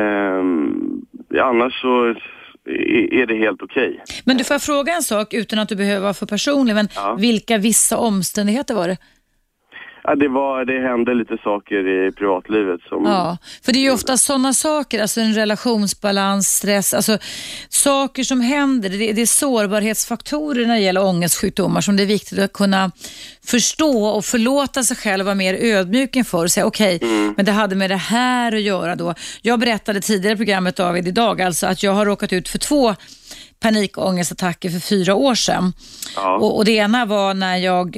Eh, annars så... är det helt okej. Okay. Men du får fråga en sak utan att du behöver vara för personlig, men ja. Vilka vissa omständigheter var det? Ja, det, var, det hände lite saker i privatlivet som... Ja, för det är ju ofta sådana saker, alltså en relationsbalans, stress, alltså saker som händer, det är, det är sårbarhetsfaktorer när det gäller ångestsjukdomar som det är viktigt att kunna förstå och förlåta sig själv och vara mer ödmjuk inför och säga okej, okay, mm. men det hade med det här att göra då. Jag berättade tidigare i programmet, David, idag alltså att jag har råkat ut för två panikångestattacker för fyra år sedan. Ja. Och, och det ena var när jag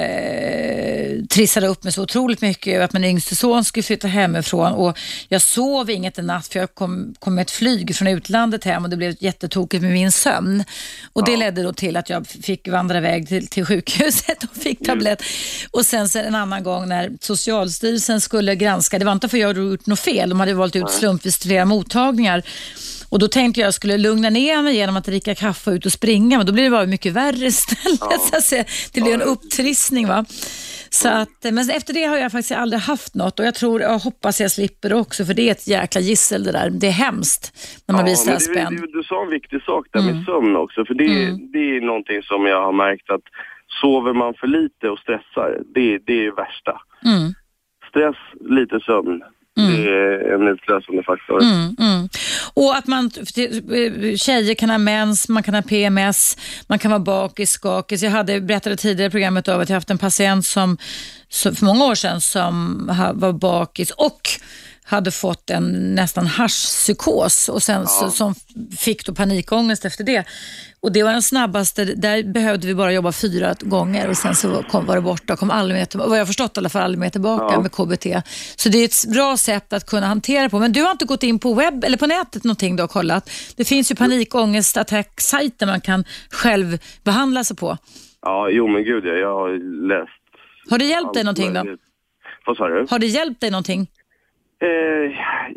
eh, trissade upp mig så otroligt mycket att min yngste son skulle flytta hemifrån och jag sov inget en natt för jag kom, kom med ett flyg från utlandet hem och det blev jättetokigt med min sömn. Och ja. Det ledde då till att jag fick vandra iväg till, till sjukhuset och fick tablett. Mm. Och sen så en annan gång när Socialstyrelsen skulle granska, det var inte för att jag hade gjort något fel, de hade valt ut slumpvis flera mottagningar. Och då tänkte jag att jag skulle lugna ner mig genom att dricka kaffe ut och springa. Men då blir det bara mycket värre istället. Ja. Så det blir en upptrissning, va? Så att, men efter det har jag faktiskt aldrig haft något. Och jag tror, jag hoppas jag slipper också. För det är ett jäkla gissel det där. Det är hemskt när man ja, blir så här spänd. Du, du sa en viktig sak där mm. med sömn också. För det, mm. det är någonting som jag har märkt att sover man för lite och stressar, det, det är det värsta. Mm. Stress, lite sömn. Mm. Det är en utlösande faktor. Mm, mm. Och att man, tjejer kan ha mens, man kan ha P M S, man kan vara bakis, skakis. Jag hade berättade tidigare i programmet av att jag haft en patient som, som för många år sedan som var bakis och hade fått en nästan haschpsykos och sen ja. så, som fick då panikångest efter det. Och det var den snabbaste, där behövde vi bara jobba fyra gånger och sen så kom, var det borta och kom aldrig med, vad jag förstått i alla fall, aldrig med tillbaka ja. med K B T. Så det är ett bra sätt att kunna hantera på. Men du har inte gått in på webb eller på nätet någonting du har kollat? Det finns ju panikångestattack-sajter man kan själv behandla sig på. Ja, jo men gud, jag har läst. Har det hjälpt dig någonting då? Vad sa du? Har det hjälpt dig någonting? Eh,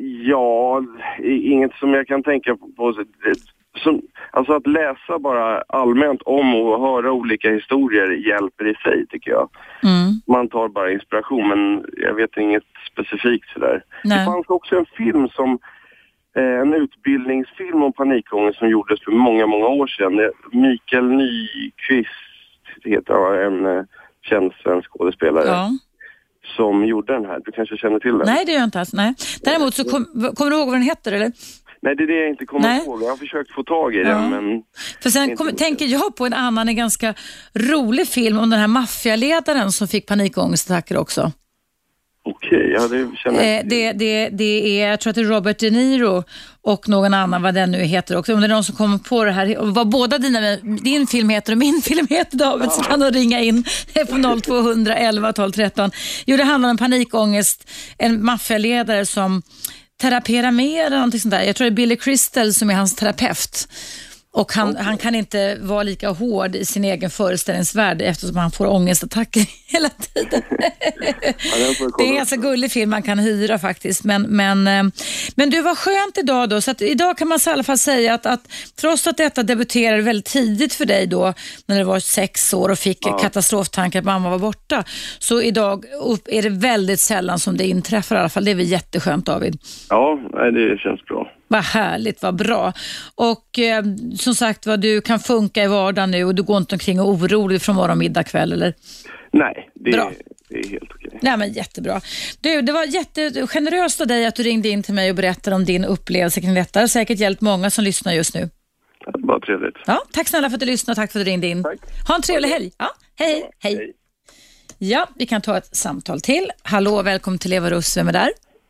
ja, inget som jag kan tänka på. Som, alltså att läsa bara allmänt om och höra olika historier hjälper i sig, tycker jag. Mm. Man tar bara inspiration, men jag vet inget specifikt sådär. Nej. Det fanns också en film som eh, en utbildningsfilm om panikångest som gjordes för många, många år sedan. Mikael Nyqvist heter han, en eh, känd svensk skådespelare. Ja. Som gjorde den här. Du kanske känner till den? Nej, det gör jag inte alls. Nej. Däremot så kom, kommer du ihåg vad den heter, eller? Nej, det är det jag inte kommer Nej. ihåg. Jag har försökt få tag i ja. den, men... För sen kom, tänker jag på en annan, en ganska rolig film om den här maffialedaren som fick panikångestattacker också. Okej, okay, ja det känner jag eh, det, det, det är, jag tror att det är Robert De Niro och någon annan, vad den nu heter också. Om det är någon som kommer på det här, vad båda dina, din film heter och min film heter, David, ja. så kan du ringa in på noll två elva tolv tretton. Jo, det handlar om panikångest, en maffialedare som teraperar mer eller någonting sånt där. Jag tror det är Billy Crystal som är hans terapeut. Och han, okay. han kan inte vara lika hård i sin egen föreställningsvärld eftersom han får ångestattacker hela tiden. Det är en ganska gullig film man kan hyra faktiskt. Men, men, men du, var skönt idag då. Så att idag kan man i alla fall säga att, att trots att detta debuterade väldigt tidigt för dig då, när du var sex år och fick ja. katastroftankar att mamma var borta, så idag är det väldigt sällan som det inträffar i alla fall. Det är väl jätteskönt, David. Ja, det känns bra. Vad härligt, vad bra. Och eh, som sagt, vad du kan funka i vardagen nu och du går inte omkring och orolig från morgon, middag, kväll, eller? Nej, det, är, det är helt okej. Nej, men jättebra. Du, det var jättegeneröst av dig att du ringde in till mig och berättade om din upplevelse kring detta. Det har säkert hjälpt många som lyssnar just nu. Ja, bara trevligt. Ja, tack snälla för att du lyssnade och tack för att du ringde in. Tack. Ha en trevlig helg. Ja, hej, ja, hej. hej. Ja, vi kan ta ett samtal till. Hallå, välkommen till Eva Russ, vem är där?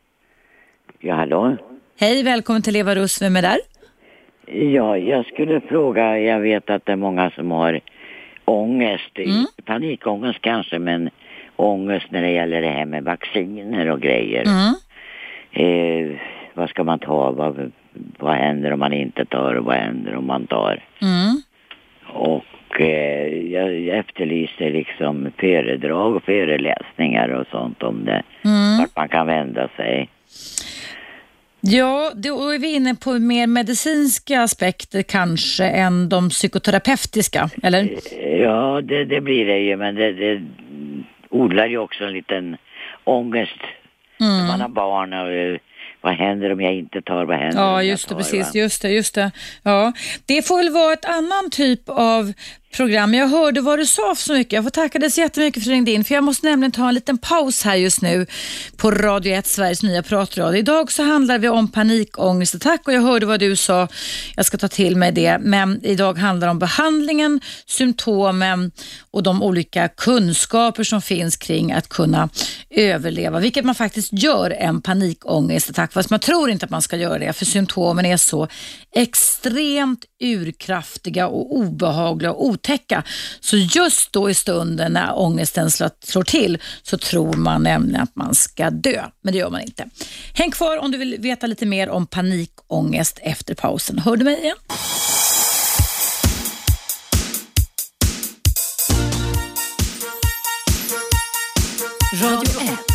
Ja, hallå? Hej, välkommen till Eva Russ. Vem är där? Ja, jag skulle fråga, jag vet att det är många som har ångest, Mm. panikångest kanske, men ångest när det gäller det här med vacciner och grejer. Mm. Eh, vad ska man ta? Vad, vad händer om man inte tar och vad händer om man tar? Mm. Och eh, jag, jag efterlyser liksom föredrag och föreläsningar och sånt om det. Mm. Vart man kan vända sig. Ja, då är vi inne på mer medicinska aspekter kanske än de psykoterapeutiska, eller? Ja, det, det blir det ju, men det, det odlar ju också en liten ångest Mm. när man har barn och vad händer om jag inte tar, vad händer om Ja, jag just det, tar, precis, va? just det, just det. Ja, det får väl vara ett annan typ av program. Jag hörde vad du sa så mycket. Jag får tacka dig så jättemycket för att du ringde in, för jag måste nämligen ta en liten paus här just nu på Radio ett, Sveriges nya pratradio. Idag så handlar vi om panikångestattack och jag hörde vad du sa. Jag ska ta till mig det, men idag handlar det om behandlingen, symptomen och de olika kunskaper som finns kring att kunna överleva, vilket man faktiskt gör en panikångestattack, fast man tror inte att man ska göra det, för symptomen är så extremt urkraftiga och obehagliga och otäcka. Så just då i stunden när ångesten slår till så tror man nämligen att man ska dö, men det gör man inte. Häng kvar om du vill veta lite mer om panikångest efter pausen. Hör du mig igen? Radio ett.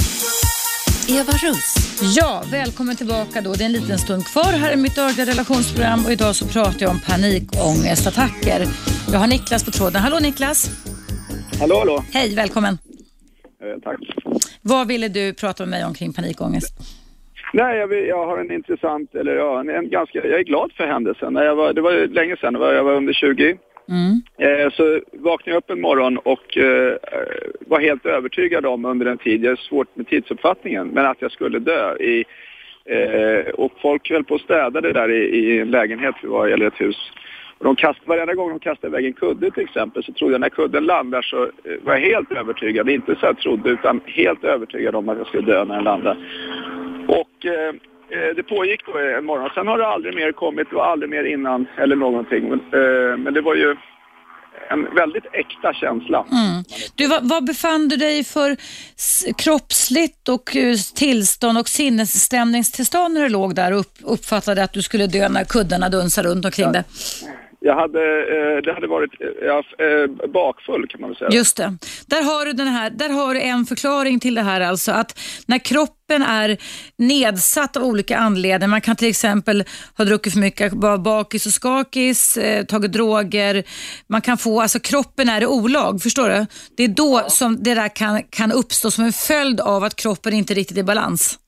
Eva Russ. Ja, välkommen tillbaka då. Det är en liten stund kvar här i mitt dagliga relationsprogram och idag så pratar jag om panikångestattacker. Jag har Niklas på tråden. Hallå Niklas. Hallå, hallå. Hej, välkommen. Eh, tack. Vad ville du prata med mig om kring panikångest? Nej, jag, vill, jag har en intressant, eller ja, en, en ganska, jag är glad för händelsen. När jag var, det var ju länge sedan, jag var, jag var under tjugo. Mm. Eh, så vaknade jag upp en morgon och eh, var helt övertygad om under en tid, jag är svårt med tidsuppfattningen, men att jag skulle dö. I, eh, och folk höll på att städa det där i, i en lägenhet vi var, eller ett hus. Och de kast, varenda gång de kastade iväg en kudde till exempel, så trodde jag när kudden landar så eh, var jag helt övertygad, inte så jag trodde utan helt övertygad om att jag skulle dö när den landade. Och eh, det pågick då en morgon. Sen har det aldrig mer kommit, det var aldrig mer innan eller någonting. Men, eh, men det var ju en väldigt äkta känsla. Mm. Du, vad, vad befann du dig för s- kroppsligt och uh, tillstånd och sinnesstämningstillstånd när du låg där och upp, uppfattade att du skulle dö när kuddarna dunsade runt omkring det? Jag hade, eh, det hade varit ja, eh, bakfull kan man väl säga. Just det. Där har du den här, där har du en förklaring till det här, alltså att när kroppen är nedsatt av olika anledningar, man kan till exempel ha druckit för mycket, vara bakis och skakis, eh, tagit droger, man kan få, alltså kroppen är i olag, förstår du? Det är då ja. som det där kan, kan uppstå som en följd av att kroppen inte riktigt är i balans.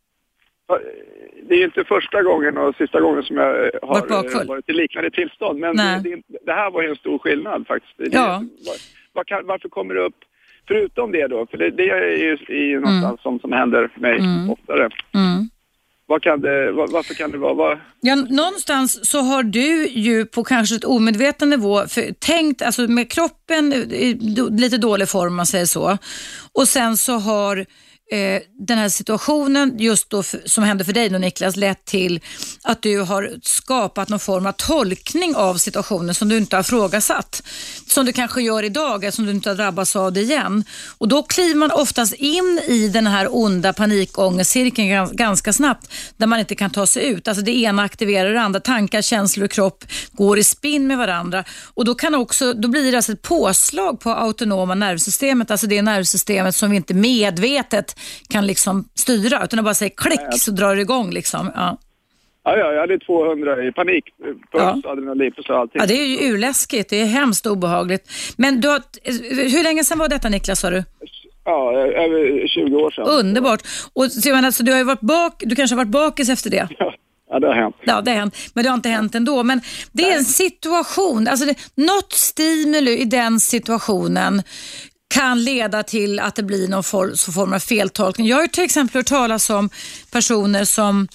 Det är inte första gången och sista gången som jag har varit, varit i liknande tillstånd. Men det, det, det här var ju en stor skillnad faktiskt. Det, ja. var, var kan, varför kommer det upp, förutom det då, för det, det är ju i någonstans mm. som, som händer mig mm. oftare. Mm. Vad kan det, var, varför kan det vara? Var... Ja, någonstans så har du ju på kanske ett omedveten nivå för, tänkt, alltså med kroppen i lite dålig form, man säger så. Och sen så har Eh, den här situationen just då för, som hände för dig då Niklas, lett till att du har skapat någon form av tolkning av situationen som du inte har frågasatt, som du kanske gör idag, som du inte har drabbats av det igen, och då kliver man oftast in i den här onda panikångestcirkeln ganska snabbt där man inte kan ta sig ut, alltså det ena aktiverar det andra, tankar, känslor och kropp går i spinn med varandra, och då kan också, då blir det alltså ett påslag på autonoma nervsystemet, alltså det nervsystemet som vi inte medvetet kan liksom styra, utan att bara säga klick så drar det igång liksom. Ja. Ja, ja, jag hade tvåhundra i panik, puls, ja. adrenalin och allting. Ja, det är ju urläskigt, det är hemskt obehagligt. Men du har, hur länge sedan var detta Niklas, sa du? Ja, över tjugo år sedan. Underbart. Och så, alltså, du har ju varit bak, du kanske har varit bakis efter det. Ja. Ja, det har hänt. Ja, det har hänt. Men det har inte hänt ändå. Men det är en situation, alltså det, något stimuli i den situationen kan leda till att det blir någon form, så form av feltolkning. Jag har ju till exempel hört talas om personer som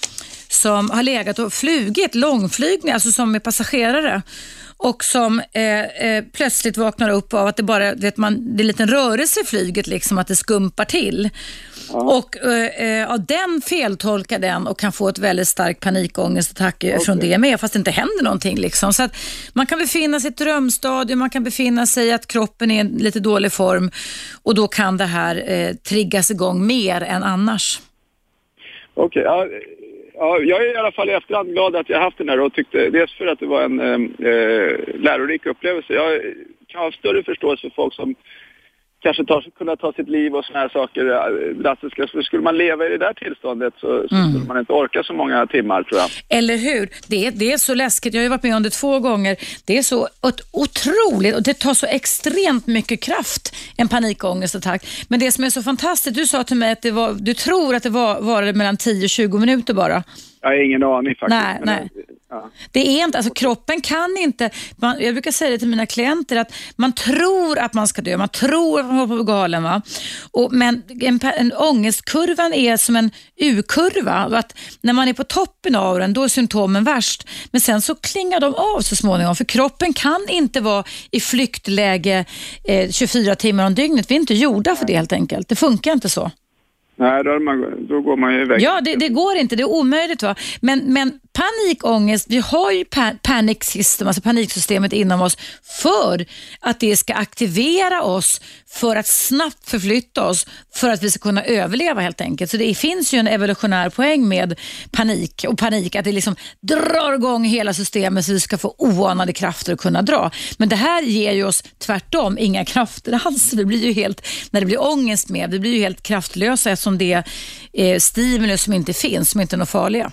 som har legat och flugit långflygning, alltså som är passagerare. Och som eh, eh, plötsligt vaknar upp av att det bara vet man, det är en liten rörelse i flyget, liksom att det skumpar till. Ja. Och eh, ja, den feltolkar den och kan få ett väldigt stark panikångestattack okay. från det med, fast det inte händer någonting. Liksom. Så att man kan befinna sig i ett drömstadium, man kan befinna sig i att kroppen är i en lite dålig form och då kan det här eh, triggas igång mer än annars. Okej, okay, ja. Ja, jag är i alla fall i efterhand glad att jag haft den här och tyckte dels för att det var en eh, lärorik upplevelse. Jag kan ha större förståelse för folk som kanske tar, kunna ta sitt liv och såna här saker drastiska. Så skulle man leva i det där tillståndet så, så mm. skulle man inte orka så många timmar, tror jag. Eller hur? Det är, det är så läskigt. Jag har ju varit med om det två gånger. Det är så otroligt och det tar så extremt mycket kraft, en panikångestattack. Men det som är så fantastiskt, du sa till mig att det var, du tror att det var, var det mellan tio och tjugo minuter bara. Jag har ingen aning faktiskt. Nej, nej. Ja. Det är inte, alltså kroppen kan inte, man, jag brukar säga det till mina klienter att man tror att man ska dö, man tror att man håller på att bli galen, va? Och, men en, en ångestkurvan är som en U-kurva, att när man är på toppen av den då är symptomen värst, men sen så klingar de av så småningom, för kroppen kan inte vara i flyktläge eh, tjugofyra timmar om dygnet, vi är inte gjorda för det helt enkelt, det funkar inte så. Nej, då, man, då går man ju iväg. Ja, det, det går inte. Det är omöjligt, va? Men, men panikångest, vi har ju pa- panic system, alltså paniksystemet inom oss för att det ska aktivera oss för att snabbt förflytta oss för att vi ska kunna överleva helt enkelt. Så det finns ju en evolutionär poäng med panik och panik, att det liksom drar igång hela systemet så vi ska få oanade krafter att kunna dra. Men det här ger ju oss tvärtom inga krafter alls. Vi blir ju helt, när det blir ångest med, vi blir ju helt kraftlösa som det är stimulus som inte finns, som inte är något farliga.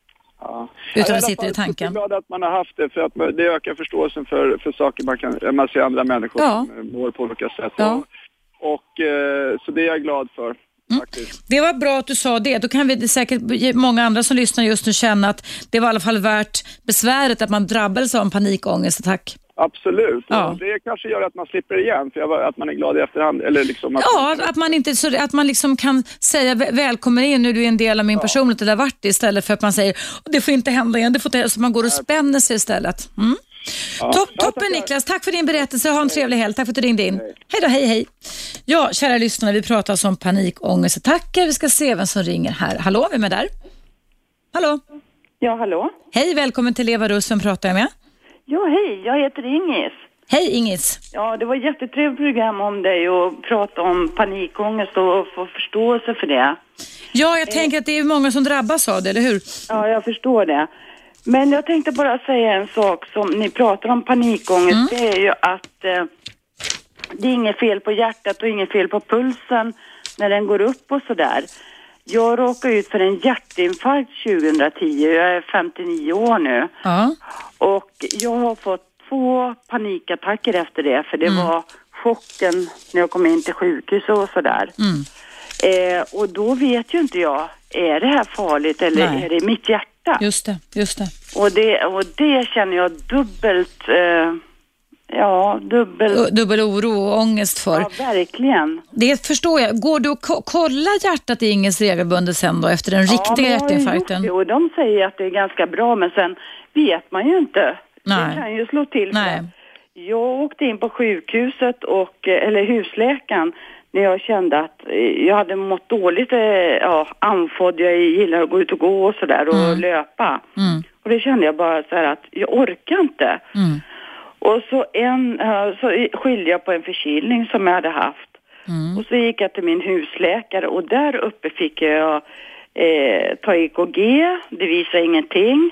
Ja. Utan att sitta i tanken. Jag är glad att man har haft det, för att det ökar förståelsen för, för saker man kan, man ser andra människor ja. som mår på olika sätt. Ja. Och, och så det är jag glad för. Mm. Det var bra att du sa det. Då kan vi säkert, många andra som lyssnar just nu, känna att det var i alla fall värt besväret att man drabbades av en panikångestattack. Absolut. Ja. Det kanske gör att man slipper igen, för jag, att man är glad i efterhand. Eller liksom att ja, man, att man, inte, så, att man liksom kan säga välkommen in, nu är du en del av min ja. personlighet, det där vart det, istället för att man säger det får inte hända igen, det får inte, så man går och spänner sig istället. Mm. Ja. Top, toppen ja, Niklas, tack för din berättelse, ha en trevlig helg, tack för att du ringde in. Hej. hej då, hej hej. Ja, kära lyssnare, vi pratar alltså om panikångestattacker. Vi ska se vem som ringer här. Hallå, vem är där? Hallå? Ja, hallå. Hej, välkommen till Eva Russ, vem pratar jag med? Ja, hej, jag heter Ingis. Hej Ingis. Ja, det var ett jättetrevligt program om dig och prata om panikångest och få förståelse för det. Ja, jag eh. tänker att det är många som drabbas av det, eller hur? Ja, jag förstår det. Men jag tänkte bara säga en sak som ni pratar om panikångest. Mm. Det är ju att eh, det är inget fel på hjärtat och inget fel på pulsen när den går upp och sådär. Jag råkade ut för en hjärtinfarkt tjugohundratio. Jag är femtionio år nu. Ja. Och jag har fått två panikattacker efter det. För det mm. var chocken när jag kom in till sjukhus och sådär. Mm. Eh, och då vet ju inte jag, är det här farligt eller Nej. är det mitt hjärta? Just det, just det. Och det, och det känner jag dubbelt... Eh, Ja, dubbel... dubbel oro och ångest för. Ja, verkligen. Det förstår jag. Går du och ko- kolla hjärtat i Inges regelbundet sen då, efter den ja, riktiga hjärtinfarkten? Ja, och de säger att det är ganska bra, men sen vet man ju inte. Nej. Det kan ju slå till. Nej. Jag åkte in på sjukhuset, och, eller husläkaren, när jag kände att jag hade mått dåligt, ja, andfådd, jag gillar att gå ut och gå och sådär och mm. löpa. Mm. Och det kände jag bara så här att jag orkar inte. Mm. Och så, en, så skyllde jag på en förkylning som jag hade haft. Mm. Och så gick jag till min husläkare, och där uppe fick jag eh, ta E K G. Det visar ingenting.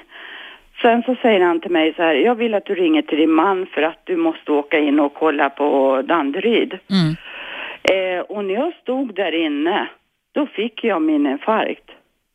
Sen så säger han till mig så här: jag vill att du ringer till din man för att du måste åka in och kolla på Danderyd. Mm. Eh, och när jag stod där inne, då fick jag min infarkt.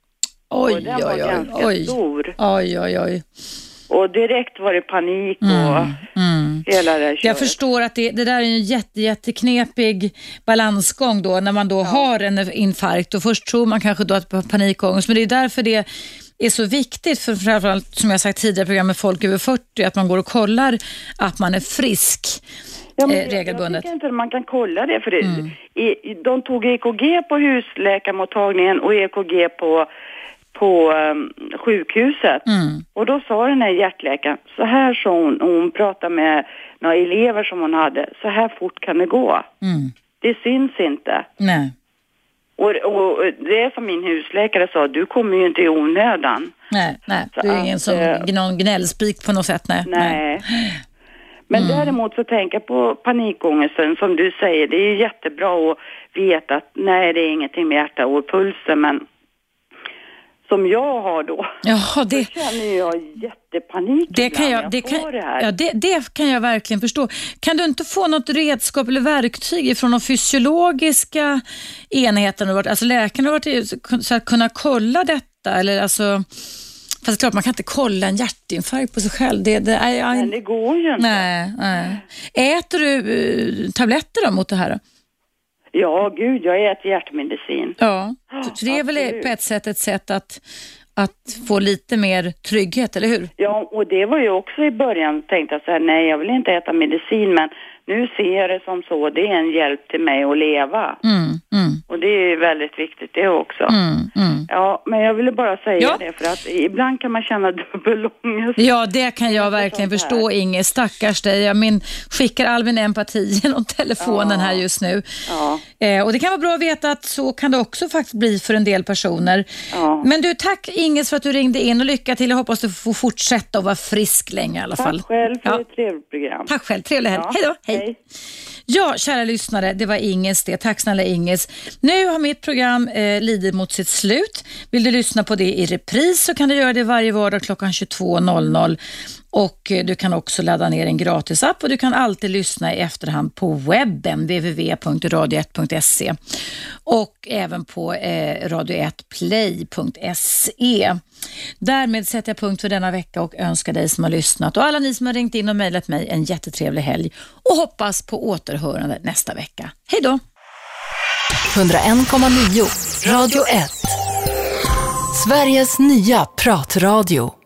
Oj, och den oj, var oj, ganska oj. stor. Oj, oj, oj. Och direkt var det panik och mm, mm. hela det här köret. Jag förstår att det, det där är en jätte, jätteknepig balansgång då, när man då ja. har en infarkt. Och först tror man kanske då att det är panikångest, men det är därför det är så viktigt, för framförallt som jag sagt tidigare i programmet, folk över fyrtio, att man går och kollar att man är frisk. Ja, men eh, regelbundet. Jag tycker inte att man kan kolla det, för det, mm. i, de tog E K G på husläkarmottagningen och E K G på på um, sjukhuset. Mm. Och då sa den här hjärtläkaren, så här så hon, hon pratade med några elever som hon hade, så här fort kan det gå. Mm. Det syns inte. Nej. Och, och det är som min husläkare sa, du kommer ju inte i onödan. Nej, nej. Du är ingen som äh, någon gnällspik på något sätt. Nej. Nej. Men mm. däremot så tänker jag på panikångesten som du säger. Det är ju jättebra att veta att nej, det är ingenting med hjärta och pulsen, men som jag har då, Jaha, det så känner jag jättepanik. Det kan jag, jag det kan, det, här. Ja, det, det kan jag verkligen förstå. Kan du inte få något redskap eller verktyg från de fysiologiska enheterna? Alltså läkarna har varit så att kunna kolla detta, eller alltså... Fast klart, man kan inte kolla en hjärtinfarkt på sig själv. Det, det, är, jag, Men det går ju inte. Nej, nej. Äter du uh, tabletter då mot det här då? Ja, gud, jag äter hjärtmedicin. Ja, så det är väl Absolut. På ett sätt ett sätt att, att få lite mer trygghet, eller hur? Ja, och det var ju också i början tänkte jag så här, nej, jag vill inte äta medicin, men nu ser jag det som så, det är en hjälp till mig att leva. Mm, mm. Och det är väldigt viktigt det också. Mm, mm. Ja, men jag ville bara säga ja. det, för att ibland kan man känna dubbelångest. Ja, det kan jag verkligen förstå, Inge. Stackars dig. Jag min, skickar all min empati genom telefonen ja. här just nu. Ja. Eh, och det kan vara bra att veta att så kan det också faktiskt bli för en del personer. Ja. Men du, tack Inges för att du ringde in, och lycka till. Jag hoppas du får fortsätta att vara frisk länge i alla fall. Tack själv för ja. ett trevligt program. Tack själv, trevlig helg. Ja. Hej då. Hej. Hej. Ja, kära lyssnare, det var Inges det. Tack snälla Inges. Nu har mitt program eh, lidit mot sitt slut. Vill du lyssna på det i repris så kan du göra det varje vardag klockan tjugotvå noll noll. Och eh, du kan också ladda ner en gratis app, och du kan alltid lyssna i efterhand på webben w w w punkt radio ett punkt se och även på eh, radio ett play punkt se. Därmed sätter jag punkt för denna vecka och önskar dig som har lyssnat och alla ni som har ringt in och mejlat mig en jättetrevlig helg, och hoppas på återhörande nästa vecka. Hej då! hundraen komma nio Radio ett. Sveriges nya pratradio.